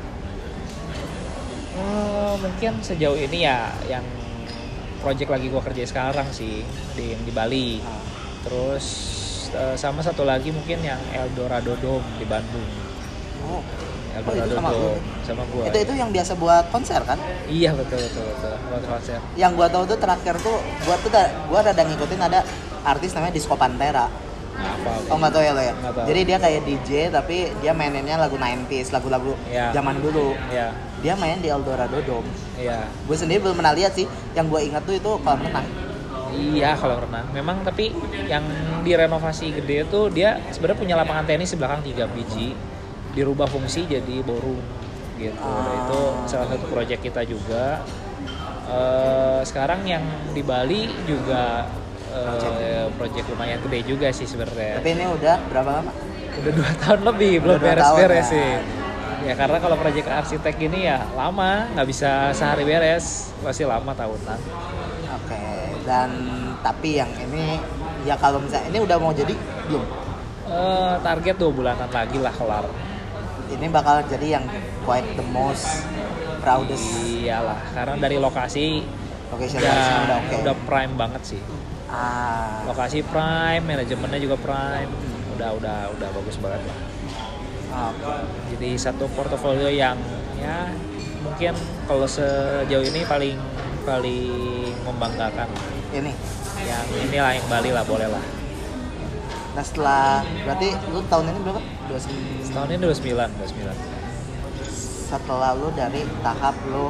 mungkin sejauh ini ya yang project lagi gue kerja sekarang sih yang di Bali. Terus sama satu lagi mungkin yang Eldorado Dome di Bandung. Oh. Eldorado itu sama lu? Dome sama gue. Itu yang biasa buat konser kan? Iya betul buat konser. Yang gua tahu tuh terakhir tuh gua rada ngikutin ada artis namanya Disco Pantera. Nah, apa? Oh nggak tahu ya lo ya? Nggak tahu. Jadi dia kayak DJ tapi dia maininnya lagu 90s, lagu-lagu Iya. zaman dulu. Iya. Dia main di Eldorado Dome. Iya. Gue sendiri belum pernah lihat sih. Yang gue ingat tuh itu kolam renang. Iya kalau renang. Memang tapi yang direnovasi gede tuh dia sebenarnya punya lapangan tenis di belakang 3 biji, dirubah fungsi jadi ballroom gitu. Nah, itu salah satu proyek kita juga. Sekarang yang di Bali juga proyek lumayan gede juga sih sebenarnya. Tapi ini udah berapa lama? Udah 2 tahun lebih, belum Udah 2 tahun beres-beres ya. sih. Ya karena kalau proyek arsitek gini ya lama, nggak bisa sehari beres, pasti lama tahunan. Oke. Dan tapi yang ini ya kalau misalnya ini udah mau jadi belum? Target 2 bulanan lagi lah kelar. Ini bakal jadi yang quite the most proudest Iyalah, karena dari lokasi location udah oke. udah prime banget sih. Lokasi prime, manajemennya juga prime. Udah bagus banget lah. Oke. Jadi satu portofolio yang ya mungkin kalau sejauh ini paling membanggakan. Ini. Yang inilah yang Bali lah, boleh lah. Nah setelah berarti lu tahun ini berapa? 29. Tahun ini 29. Setelah lu dari tahap lu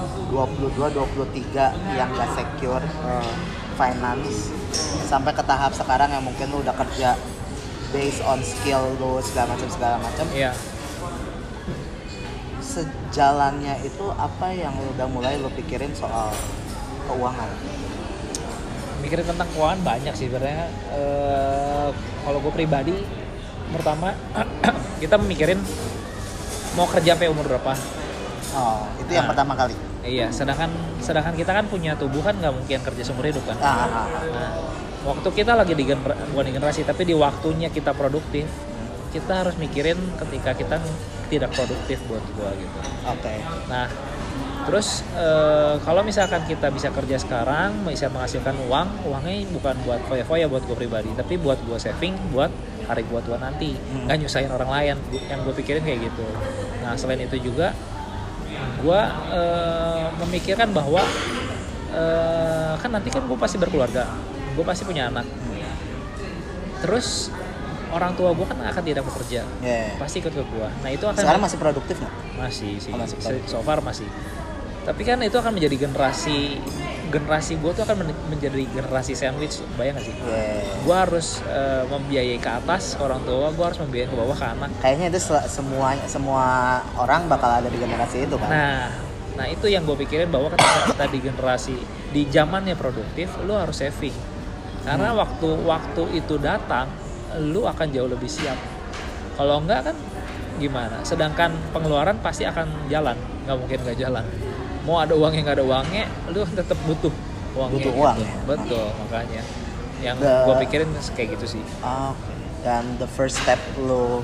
22-23 yang gak secure finance sampai ke tahap sekarang yang mungkin lu udah kerja based on skill lu segala macam. Iya. Sejalannya itu apa yang lu udah mulai lu pikirin soal keuangan? Mikirin tentang keuangan banyak sih sebenarnya. Kalau gue pribadi, pertama kita mikirin mau kerja sampai umur berapa. Oh, itu yang pertama kali. Iya, sedangkan kita kan punya tubuh kan nggak mungkin kerja seumur hidup kan. Nah, waktu kita lagi bukan di generasi, tapi di waktunya kita produktif, kita harus mikirin ketika kita tidak produktif buat gua gitu. Oke. Nah, terus kalau misalkan kita bisa kerja sekarang, bisa menghasilkan uangnya bukan buat foya-foya buat gua pribadi, tapi buat gua saving buat hari gua tua nanti, nggak nyusahin orang lain. Yang gua pikirin kayak gitu. Nah, selain itu juga gua memikirkan bahwa kan nanti kan gua pasti berkeluarga, gua pasti punya anak. Terus orang tua gue kan akan tidak bekerja, pasti ikut ke gue. Nah itu akan sekarang masih produktif nggak? Masih sih, masih produktif. So far masih. Tapi kan itu akan menjadi generasi gue tuh akan menjadi generasi sandwich, bayang gak sih? Gue harus membiayai ke atas orang tua, gue harus membiayai ke bawah ke anak. Kayaknya itu semua orang bakal ada di generasi itu kan? Nah itu yang gue pikirin, bahwa ketika kita di generasi di zamannya produktif, lu harus saving. Karena waktu itu datang, lu akan jauh lebih siap. Kalau enggak kan gimana? Sedangkan pengeluaran pasti akan jalan, nggak mungkin nggak jalan. Mau ada uangnya nggak ada uangnya, lu tetap butuh uangnya. Butuh gitu. uang ya? Betul, makanya yang gue pikirin kayak gitu sih. Oke. Dan the first step lu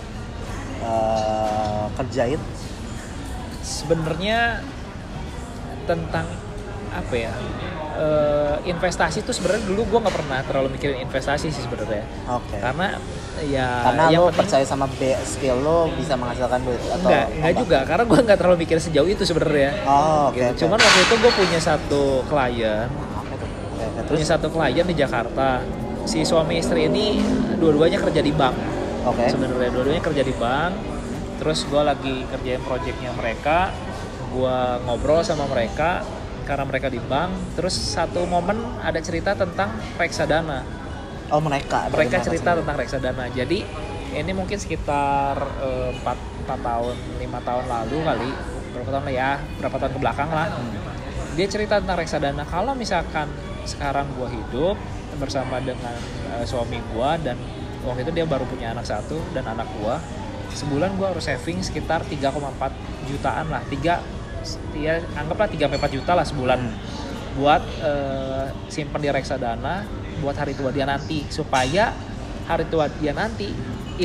kerjain sebenarnya tentang apa ya? Investasi tuh sebenarnya dulu gue nggak pernah terlalu mikirin investasi sih sebenarnya. Oke. Karena lo percaya sama skill lo bisa menghasilkan duit atau enggak juga, karena gue nggak terlalu mikir sejauh itu sebenarnya. Oke. Gitu. Cuman waktu itu gue punya satu klien, satu klien di Jakarta. Si suami istri ini dua-duanya kerja di bank. Oke. Sebenarnya dua-duanya kerja di bank. Terus gue lagi kerjain projectnya mereka, gue ngobrol sama mereka karena mereka di bank. Terus satu momen ada cerita tentang reksadana. Oh mereka Cerita sendiri. tentang reksadana. Jadi ini mungkin sekitar 4 tahun 5 tahun lalu kali, berapa tahun ke belakang lah. Dia cerita tentang reksadana. Kalau misalkan sekarang gue hidup bersama dengan suami gue, dan waktu itu dia baru punya anak 1 dan anak gue, sebulan gue harus saving sekitar 3,4 jutaan lah, anggaplah 3-4 juta lah sebulan buat simpen di reksadana buat hari tua dia nanti, supaya hari tua dia nanti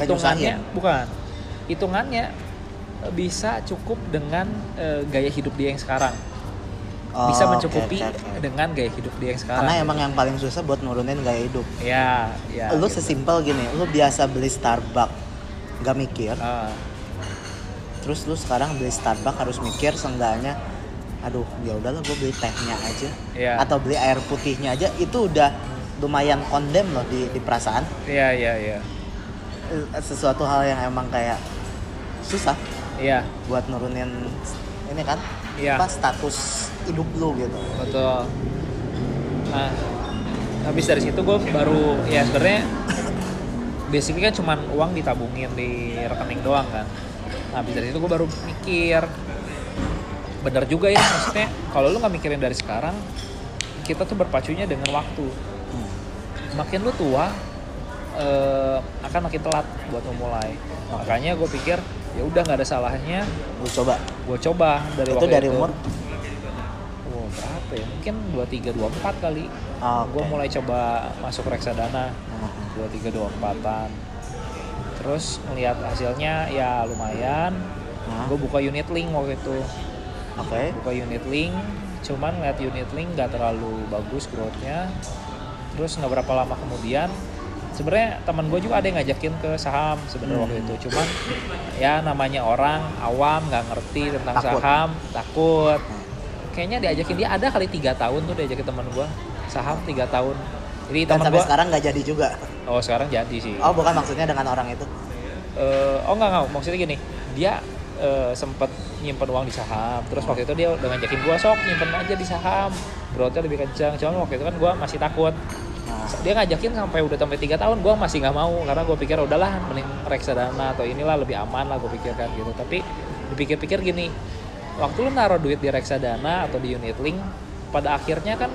hitungannya bisa cukup dengan gaya hidup dia yang sekarang. Bisa mencukupi dengan gaya hidup dia yang sekarang. Karena emang yang paling susah buat nurunin gaya hidup. Ya. Lu gitu. sesimpel gini, lu biasa beli Starbucks nggak mikir. Terus lu sekarang beli Starbucks harus mikir seenggaknya, aduh ya udahlah gue beli tehnya aja. Atau beli air putihnya aja, itu udah lumayan kondem loh di perasaan. Iya. Sesuatu hal yang emang kayak susah. Iya. Buat nurunin ini kan. Iya. Apa status hidup lu gitu. Betul. Nah, habis dari situ gue baru sebenarnya basically kan cuman uang ditabungin di rekening doang kan. Nah, habis dari situ gue baru mikir, bener juga ya, maksudnya kalau lu nggak mikirin dari sekarang, kita tuh berpacunya dengan waktu. Makin lu tua akan makin telat buat memulai. Makanya gue pikir ya udah nggak ada salahnya Gue coba dari waktu itu. Dari umur berapa ya? Mungkin 23-24 kali. Gue mulai coba masuk reksadana 23-24an. Terus ngeliat hasilnya ya lumayan. Gue buka unit link waktu itu. Buka unit link, cuman ngeliat unit link nggak terlalu bagus growth-nya. Terus nggak berapa lama kemudian, sebenarnya teman gue juga ada yang ngajakin ke saham sebenarnya waktu itu. Cuman ya namanya orang awam, nggak ngerti tentang saham, takut. Kayaknya diajakin dia ada kali 3 tahun tuh diajakin teman gue saham 3 tahun. Jadi dan sampai sekarang nggak jadi juga. Oh sekarang jadi sih. Oh bukan maksudnya dengan orang itu? Enggak, maksudnya gini, dia sempet nyimpen uang di saham. Terus waktu itu dia udah ngajakin gue, sok nyimpen aja di saham, growth-nya lebih kencang. Cuman waktu itu kan gue masih takut. Dia ngajakin sampai 3 tahun, gue masih nggak mau karena gue pikir udahlah mending reksadana atau inilah lebih aman lah, gue pikirkan gitu. Tapi dipikir-pikir gini, waktu lu naruh duit di reksadana atau di unit link, pada akhirnya kan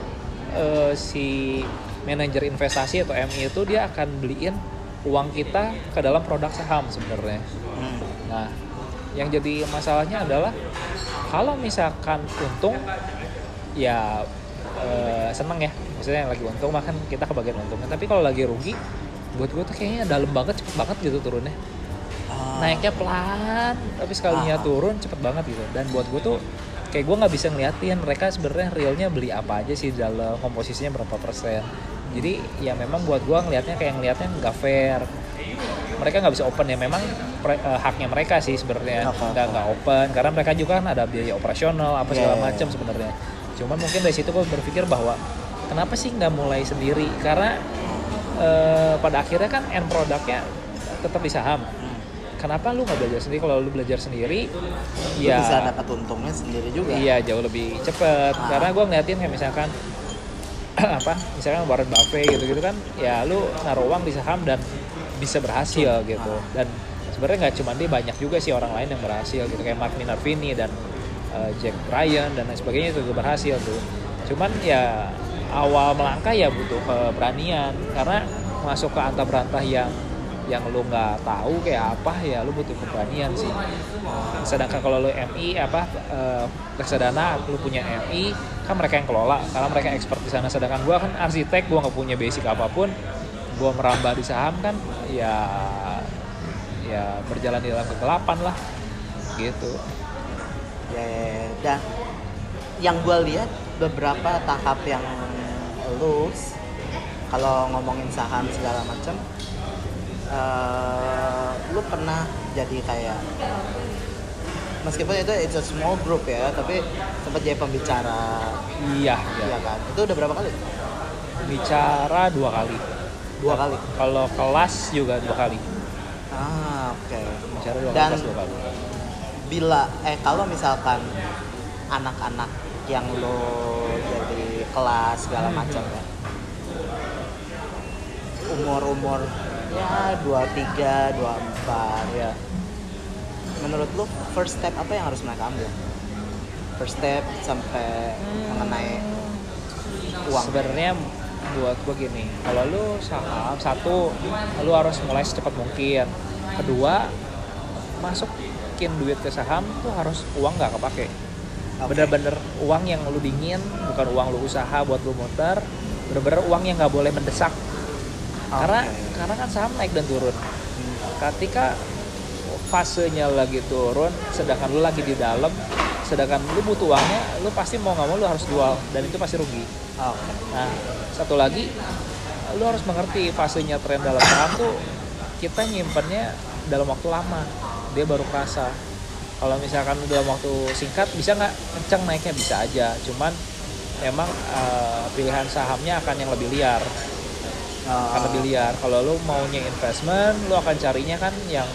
si manajer investasi atau MI itu dia akan beliin uang kita ke dalam produk saham sebenarnya. Nah, yang jadi masalahnya adalah kalau misalkan untung ya seneng ya, maksudnya yang lagi untung makan kita kebagian untungnya. Tapi kalau lagi rugi, buat gue tuh kayaknya dalam banget, cepet banget gitu turunnya. Naiknya pelan, tapi sekalinya turun cepet banget gitu. Dan buat gue tuh kayak gue nggak bisa ngeliatin mereka sebenarnya realnya beli apa aja sih, dalam komposisinya berapa persen. Jadi ya memang buat gue ngelihatnya nggak fair. Mereka nggak bisa open ya, memang haknya mereka sih sebenarnya nggak open karena mereka juga kan ada biaya operasional apa segala macam sebenarnya. Cuman mungkin dari situ gue berpikir bahwa kenapa sih nggak mulai sendiri, karena pada akhirnya kan end produknya tetap di saham. Kenapa lu nggak belajar sendiri? Kalau lu belajar sendiri, lu ya bisa dapat untungnya sendiri juga. Iya, jauh lebih cepet. Karena gue ngeliatin kayak misalkan misalkan Warren Buffett gitu kan, ya lu naruh uang di saham dan bisa berhasil gitu. Dan sebenarnya nggak cuma dia, banyak juga sih orang lain yang berhasil gitu, kayak Mark Minervini dan Jack Ryan dan lain sebagainya itu juga berhasil tuh. Cuman ya awal melangkah ya butuh keberanian, karena masuk ke antah berantah yang lu nggak tahu kayak apa ya, lu butuh keberanian sih. Sedangkan kalau lu MI reksadana, lu punya MI kan mereka yang kelola karena mereka expert di sana. Sedangkan gua kan arsitek, gua nggak punya basic apapun, gua merambah di saham kan ya berjalan di dalam kegelapan lah gitu. Dan yang gue lihat beberapa tahap yang lu kalau ngomongin saham segala macam, lu pernah jadi kayak, meskipun itu it's a small group ya, tapi sempat jadi pembicara. Iya kan, itu udah berapa kali? Bicara 2 kali. Kalau kelas juga 2 kali. Oke. bicara 2 kali Dan pas 2 kali. Kalau misalkan anak-anak yang lo jadi kelas segala macam ya, umur ya 23, 24 Ya. menurut lo first step apa yang harus mereka ambil? First step sampai mengenai uang. Sebenarnya buat gue gini, kalau lu saham, satu, lu harus mulai secepat mungkin. Kedua, masukin duit ke saham tuh harus uang nggak kepake. Bener-bener uang yang lu dingin, bukan uang lu usaha buat lu muter. Bener-bener uang yang nggak boleh mendesak. Karena kan saham naik dan turun. Ketika fasenya lagi turun, sedangkan lu lagi di dalam, sedangkan lu butuh uangnya, lu pasti mau nggak mau lu harus jual dan itu pasti rugi. Nah, satu lagi, lu harus mengerti fasenya tren dalam saham tuh kita nyimpennya dalam waktu lama, dia baru kerasa. Kalau misalkan dalam waktu singkat bisa nggak kenceng naiknya, bisa aja, cuman memang pilihan sahamnya akan yang lebih liar. Akan lebih liar. Kalau lu maunya investment, lu akan carinya kan yang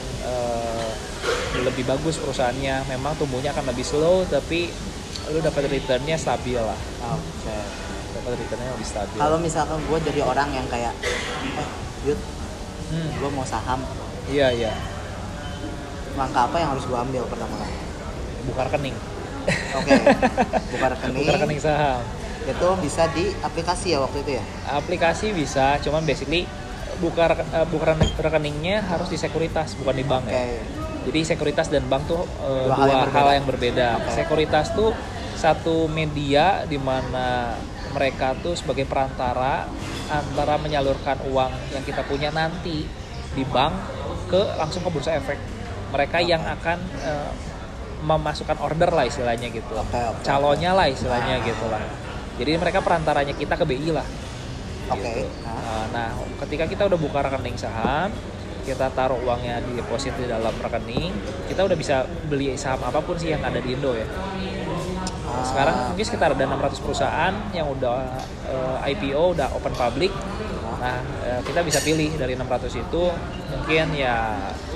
lebih bagus perusahaannya. Memang tumbuhnya akan lebih slow, tapi lu dapat returnnya stabil lah. Dapat returnnya lebih stabil. Kalau misalkan gue jadi orang yang kayak, Yud, gue mau saham. Iya. Langkah apa yang harus gue ambil pertama kali? Buka rekening. Oke, buka rekening. Buka rekening saham. Itu bisa di aplikasi ya waktu itu ya? Aplikasi bisa, cuman basically buka rekeningnya harus di sekuritas, bukan di bank ya. Jadi sekuritas dan bank tuh dua hal yang berbeda. Sekuritas tuh satu media di mana mereka tuh sebagai perantara antara menyalurkan uang yang kita punya nanti di bank ke langsung ke bursa efek. Mereka yang akan memasukkan order lah istilahnya gitu. Calonnya lah istilahnya gitu lah. Jadi mereka perantaranya kita ke BI lah. Gitu. Nah, ketika kita udah buka rekening saham, kita taruh uangnya di deposit di dalam rekening, kita udah bisa beli saham apapun sih yang ada di Indo ya. Sekarang mungkin sekitar ada 600 perusahaan yang udah IPO, udah open public. Nah, kita bisa pilih dari 600 itu, mungkin ya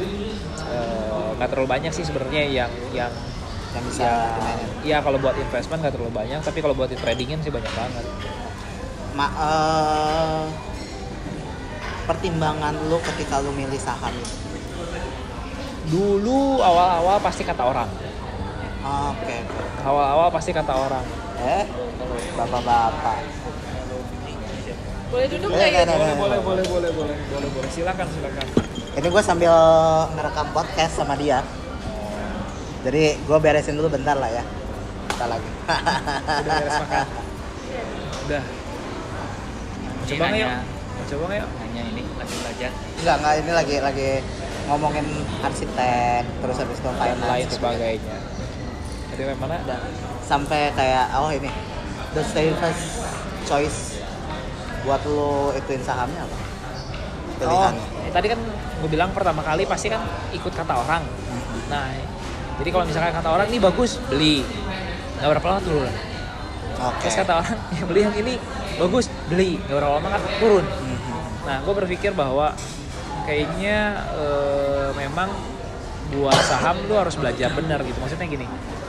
nggak terlalu banyak sih sebenarnya yang bisa ya kalau buat investment nggak terlalu banyak, tapi kalau buat di tradingin sih banyak banget. Pertimbangan lu ketika lu milih saham itu? Dulu awal-awal pasti kata orang. Oke. Awal-awal pasti kata orang. Bapak-bapak. Boleh duduk nggak ya? Boleh. Silakan. Ini gue sambil ngerekam podcast sama dia. Jadi gue beresin dulu bentar lah ya. Bentar lagi. Udah beres makan. Udah. Coba nggak yuk? Hanya ini lagi belajar. Enggak, ini lagi ngomongin arsitek, terus habis itu finance lain gitu. sebagainya. Jadi mana? Sampai kayak ini the safest choice buat lo ituin sahamnya apa? Pilihannya. Tadi kan gue bilang pertama kali pasti kan ikut kata orang. Nah, jadi kalau misalkan kata orang ini bagus, beli. Nggak berapa lama turun. Terus kata orang yang beli yang ini bagus, beli. Nggak berapa lama kan turun. Nah, gue berpikir bahwa kayaknya memang buat saham lu harus belajar benar gitu. Maksudnya gini,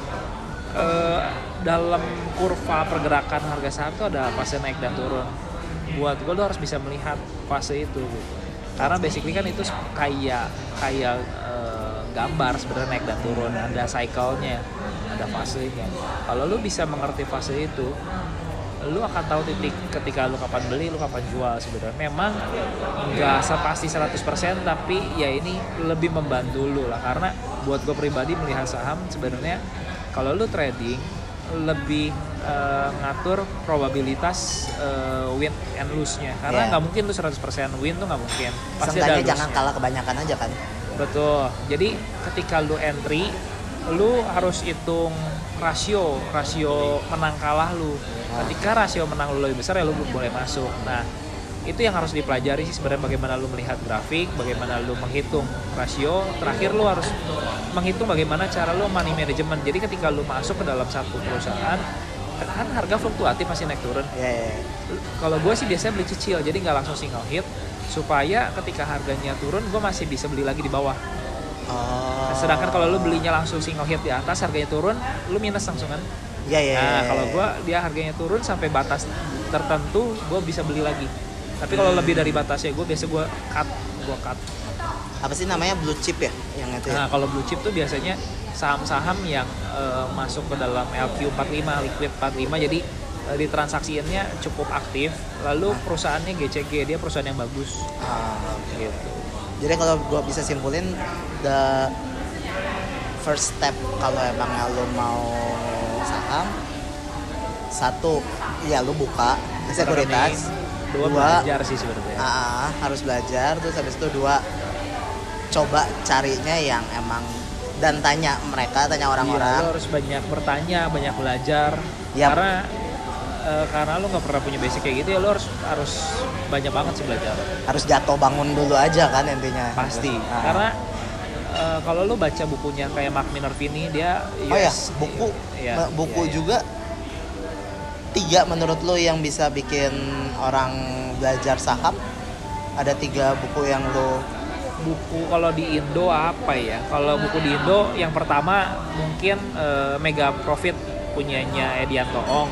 dalam kurva pergerakan harga saham tuh ada fase naik dan turun. Buat gue lu harus bisa melihat fase itu gitu. Karena basically kan itu kayak gambar sebenarnya naik dan turun, ada cycle-nya, ada fasenya. Kalau lu bisa mengerti fase itu, lu akan tahu titik ketika lu kapan beli, lu kapan jual sebenarnya. Memang nggak sepasti 100%, tapi ya ini lebih membantu lu lah. Karena buat gue pribadi melihat saham sebenarnya kalau lu trading lebih ngatur probabilitas win and lose-nya. Karena nggak mungkin lu 100% win tuh nggak mungkin. Pasti ada lose-nya. Jangan kalah kebanyakan aja kan. Betul. Jadi ketika lu entry, lu harus hitung rasio menang kalah lu. Ketika rasio menang lu lebih besar ya lu boleh masuk. Nah, itu yang harus dipelajari sih sebenarnya, bagaimana lu melihat grafik, bagaimana lu menghitung rasio. Terakhir lu harus menghitung bagaimana cara lu money management. Jadi ketika lu masuk ke dalam satu perusahaan, kan harga fluktuatif masih naik turun. Kalau gue sih biasanya beli cicil, jadi nggak langsung single hit, supaya ketika harganya turun gue masih bisa beli lagi di bawah. Oh. Sedangkan kalau lu belinya langsung single hit di atas, harganya turun, lu minus langsung kan. Iya iya. Nah, kalau gua dia harganya turun sampai batas tertentu, gua bisa beli lagi. Tapi kalau lebih dari batasnya, gua cut. Apa sih namanya, blue chip ya yang itu ya? Nah, kalau blue chip tuh biasanya saham-saham yang masuk ke dalam LQ45, liquid 45, jadi ditransaksiinnya cukup aktif. Lalu perusahaannya GCG, dia perusahaan yang bagus. Okay. Gitu. Jadi kalau gua bisa simpulin, the first step kalau emang lo mau saham, satu ya lo buka sekuritas, dua belajar sih sebenarnya. Harus belajar. Terus habis itu dua, coba carinya yang emang, dan tanya orang-orang. Lo harus banyak bertanya, banyak belajar. Yap. Karena lo nggak pernah punya basic kayak gitu ya, lo harus banyak banget sih belajar. Harus jatuh bangun dulu aja kan intinya. Pasti. Karena kalau lo baca bukunya kayak Mark Minervini, dia buku iya. juga 3 menurut lo yang bisa bikin orang belajar saham. Ada 3 buku yang lo. Buku kalau di Indo apa ya? Kalau buku di Indo yang pertama mungkin Mega Profit punyanya Edianto Ong.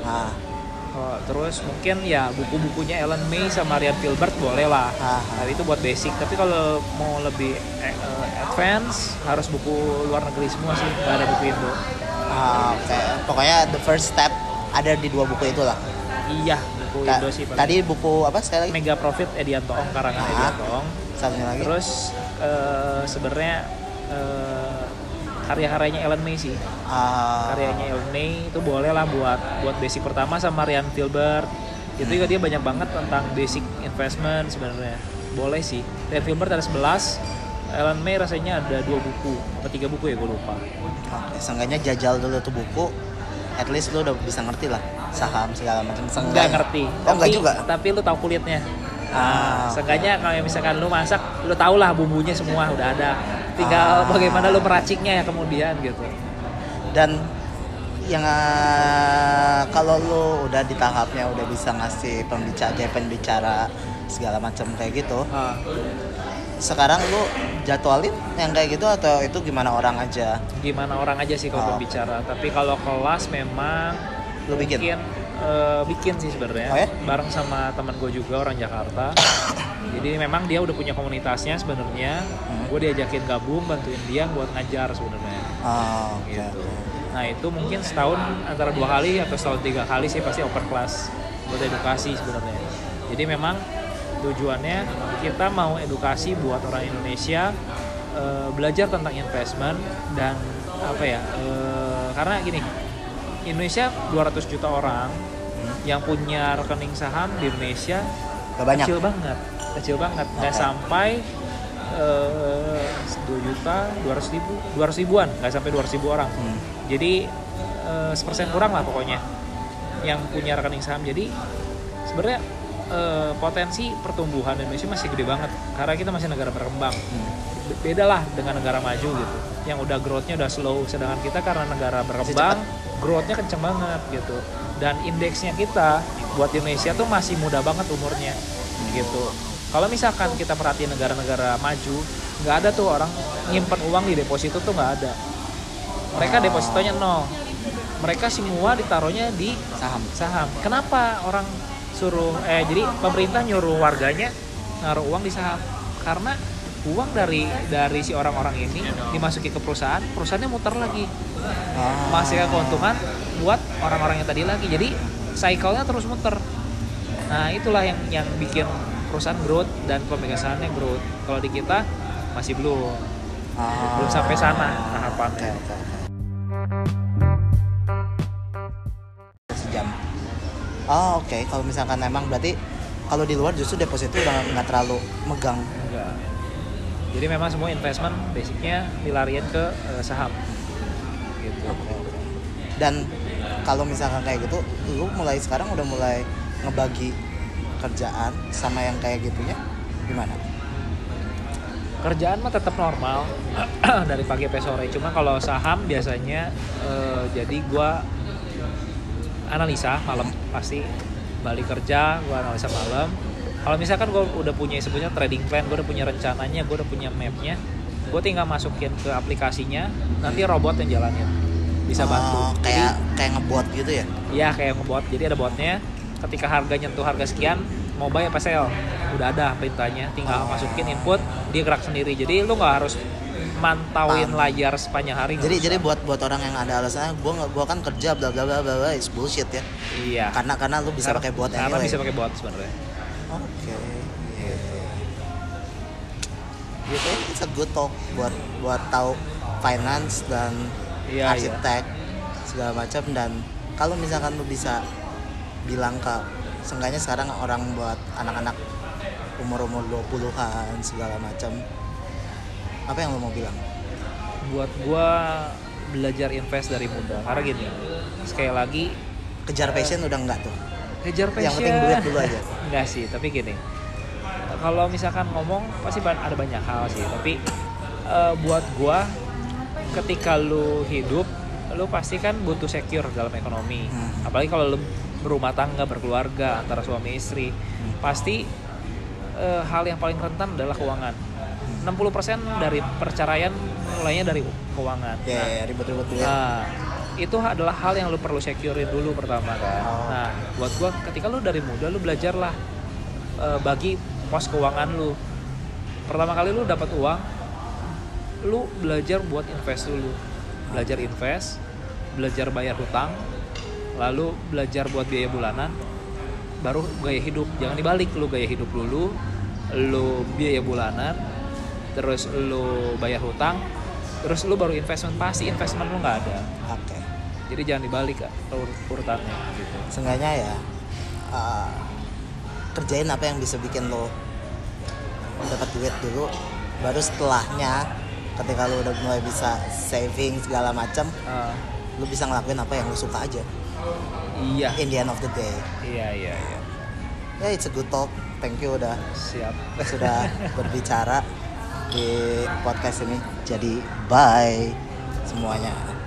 Terus mungkin ya buku-bukunya Ellen May sama Ryan Filbert boleh lah. Nah, itu buat basic. Tapi kalau mau lebih advance harus buku luar negeri semua sih, nggak ada buku Indo. Okay. Pokoknya the first step ada di 2 buku itulah. Iya, buku Indo sih. Tadi buku apa sekali lagi? Mega Profit Edianto Ong, karangan Edianto Ong. Satunya lagi. Terus sebenarnya karya-karyanya Ellen May sih. Karyanya Ellen May itu boleh lah buat basic pertama, sama Ryan Filbert. Itu juga dia banyak banget tentang basic investment sebenarnya. Boleh sih. Ryan Filbert ada 11, Ellen May rasanya ada 2 buku atau 3 buku ya, gue lupa. Seenggaknya jajal dulu tuh buku. At least lu udah bisa ngerti lah saham segala macam. Enggak ngerti. Enggak juga. Tapi lu tahu kulitnya. Seenggaknya kalau misalkan lu masak, lu tau lah bumbunya semua udah ada. Tinggal bagaimana lu meraciknya ya kemudian gitu. Dan yang kalau lu udah di tahapnya udah bisa ngasih pembicara segala macam kayak gitu. Sekarang lu jadwalin yang kayak gitu atau itu gimana orang aja? Gimana orang aja sih kalau pembicara. Tapi kalau kelas memang lu bikin? Bikin sih sebenarnya. Bareng sama teman gue juga orang Jakarta. Jadi memang dia udah punya komunitasnya sebenarnya. Gue diajakin gabung, bantuin dia buat ngajar sebenarnya. Gitu. Nah itu mungkin setahun antara 2 kali atau setahun 3 kali sih pasti open class buat edukasi sebenarnya. Jadi memang tujuannya kita mau edukasi buat orang Indonesia belajar tentang investment dan apa ya? Karena gini, Indonesia 200 juta orang yang punya rekening saham di Indonesia kecil banget, nggak sampai 2 juta 200 ribuan, nggak sampai 200 ribu orang. Jadi 1% kurang lah pokoknya yang punya rekening saham. Jadi sebenarnya potensi pertumbuhan Indonesia masih gede banget karena kita masih negara berkembang. Beda lah dengan negara maju gitu yang udah growth-nya udah slow, sedangkan kita karena negara berkembang growth-nya kenceng banget gitu. Dan indeksnya kita buat Indonesia tuh masih muda banget umurnya gitu. Kalau misalkan kita perhatiin negara-negara maju, nggak ada tuh orang nyimpen uang di deposito tuh nggak ada. Mereka depositonya 0. Mereka semua ditaruhnya di saham. Kenapa orang jadi pemerintah nyuruh warganya naruh uang di saham? Karena uang dari si orang-orang ini dimasuki ke perusahaannya muter lagi, menghasilkan keuntungan buat orang-orang yang tadi lagi. Jadi cycle-nya terus muter. Nah itulah yang bikin perusahaan growth dan pemegang growth. Kalau di kita masih belum sampai sana tahapannya. Sejam. Oke. Kalau misalkan emang berarti kalau di luar justru deposito udah nggak terlalu megang. Enggak. Jadi memang semua investment basicnya dilariin ke saham. Gitu. Dan kalau misalkan kayak gitu, lu mulai sekarang udah mulai ngebagi kerjaan sama yang kayak gitunya gimana? Kerjaan mah tetap normal dari pagi sampai sore. Cuma kalau saham biasanya jadi gua analisa malam, pasti balik kerja gua analisa malam. Kalau misalkan gua udah punya sebetulnya trading plan, gua udah punya rencananya, gua udah punya mapnya, gue tinggal masukin ke aplikasinya, nanti robot yang jalanin, bisa bantu. Kayak ngebot gitu ya? Iya kayak ngebot, jadi ada botnya. Ketika harga nyentuh harga sekian, mau buy apa sell, udah ada perintahnya, tinggal masukin input, dia gerak sendiri. Jadi lu nggak harus mantauin layar sepanjang hari. Jadi buat orang yang ada alasannya, gua kan kerja bla bla bla bla, is bullshit ya. Iya. Karena lu bisa pakai bot Karena anyway. bisa pakai bot sebenarnya. Oke. Gitu, it's a good talk buat tahu finance dan Iya, arsitek segala macam. Dan kalau misalkan lu bisa bilang ke, seenggaknya sekarang orang buat anak-anak umur 20-an segala macam, apa yang lu mau bilang? Buat gua belajar invest dari muda. Karena gini, sekali lagi Kejar passion udah enggak tuh? kejar passion. Yang penting duit dulu aja. Enggak sih, tapi gini. Kalau misalkan ngomong pasti ada banyak hal sih, tapi buat gua ketika lu hidup, lu pasti kan butuh secure dalam ekonomi. Apalagi kalau lu berumah tangga, berkeluarga, antara suami istri, pasti hal yang paling rentan adalah keuangan. 60% dari perceraian mulainya dari keuangan. Ribet-ribet duit. Nah, itu adalah hal yang lu perlu securein dulu pertama kan. Nah, buat gua ketika lu dari muda lu belajarlah bagi pos keuangan lu. Pertama kali lu dapat uang, lu belajar buat invest dulu. Belajar invest, belajar bayar hutang, lalu belajar buat biaya bulanan, baru gaya hidup. Jangan dibalik, lu gaya hidup dulu, lu biaya bulanan, terus lu bayar hutang, terus lu baru investment. Pasti investment lu nggak ada. Oke. Jadi jangan dibalik kak urutannya gitu. Seenggaknya ya kerjain apa yang bisa bikin lo dapat duit dulu, baru setelahnya ketika lo udah mulai bisa saving segala macam, lo bisa ngelakuin apa yang lo suka aja. Iya. In the end of the day. Iya. Ya, it's a good talk. Thank you udah sudah berbicara di podcast ini. Jadi bye semuanya.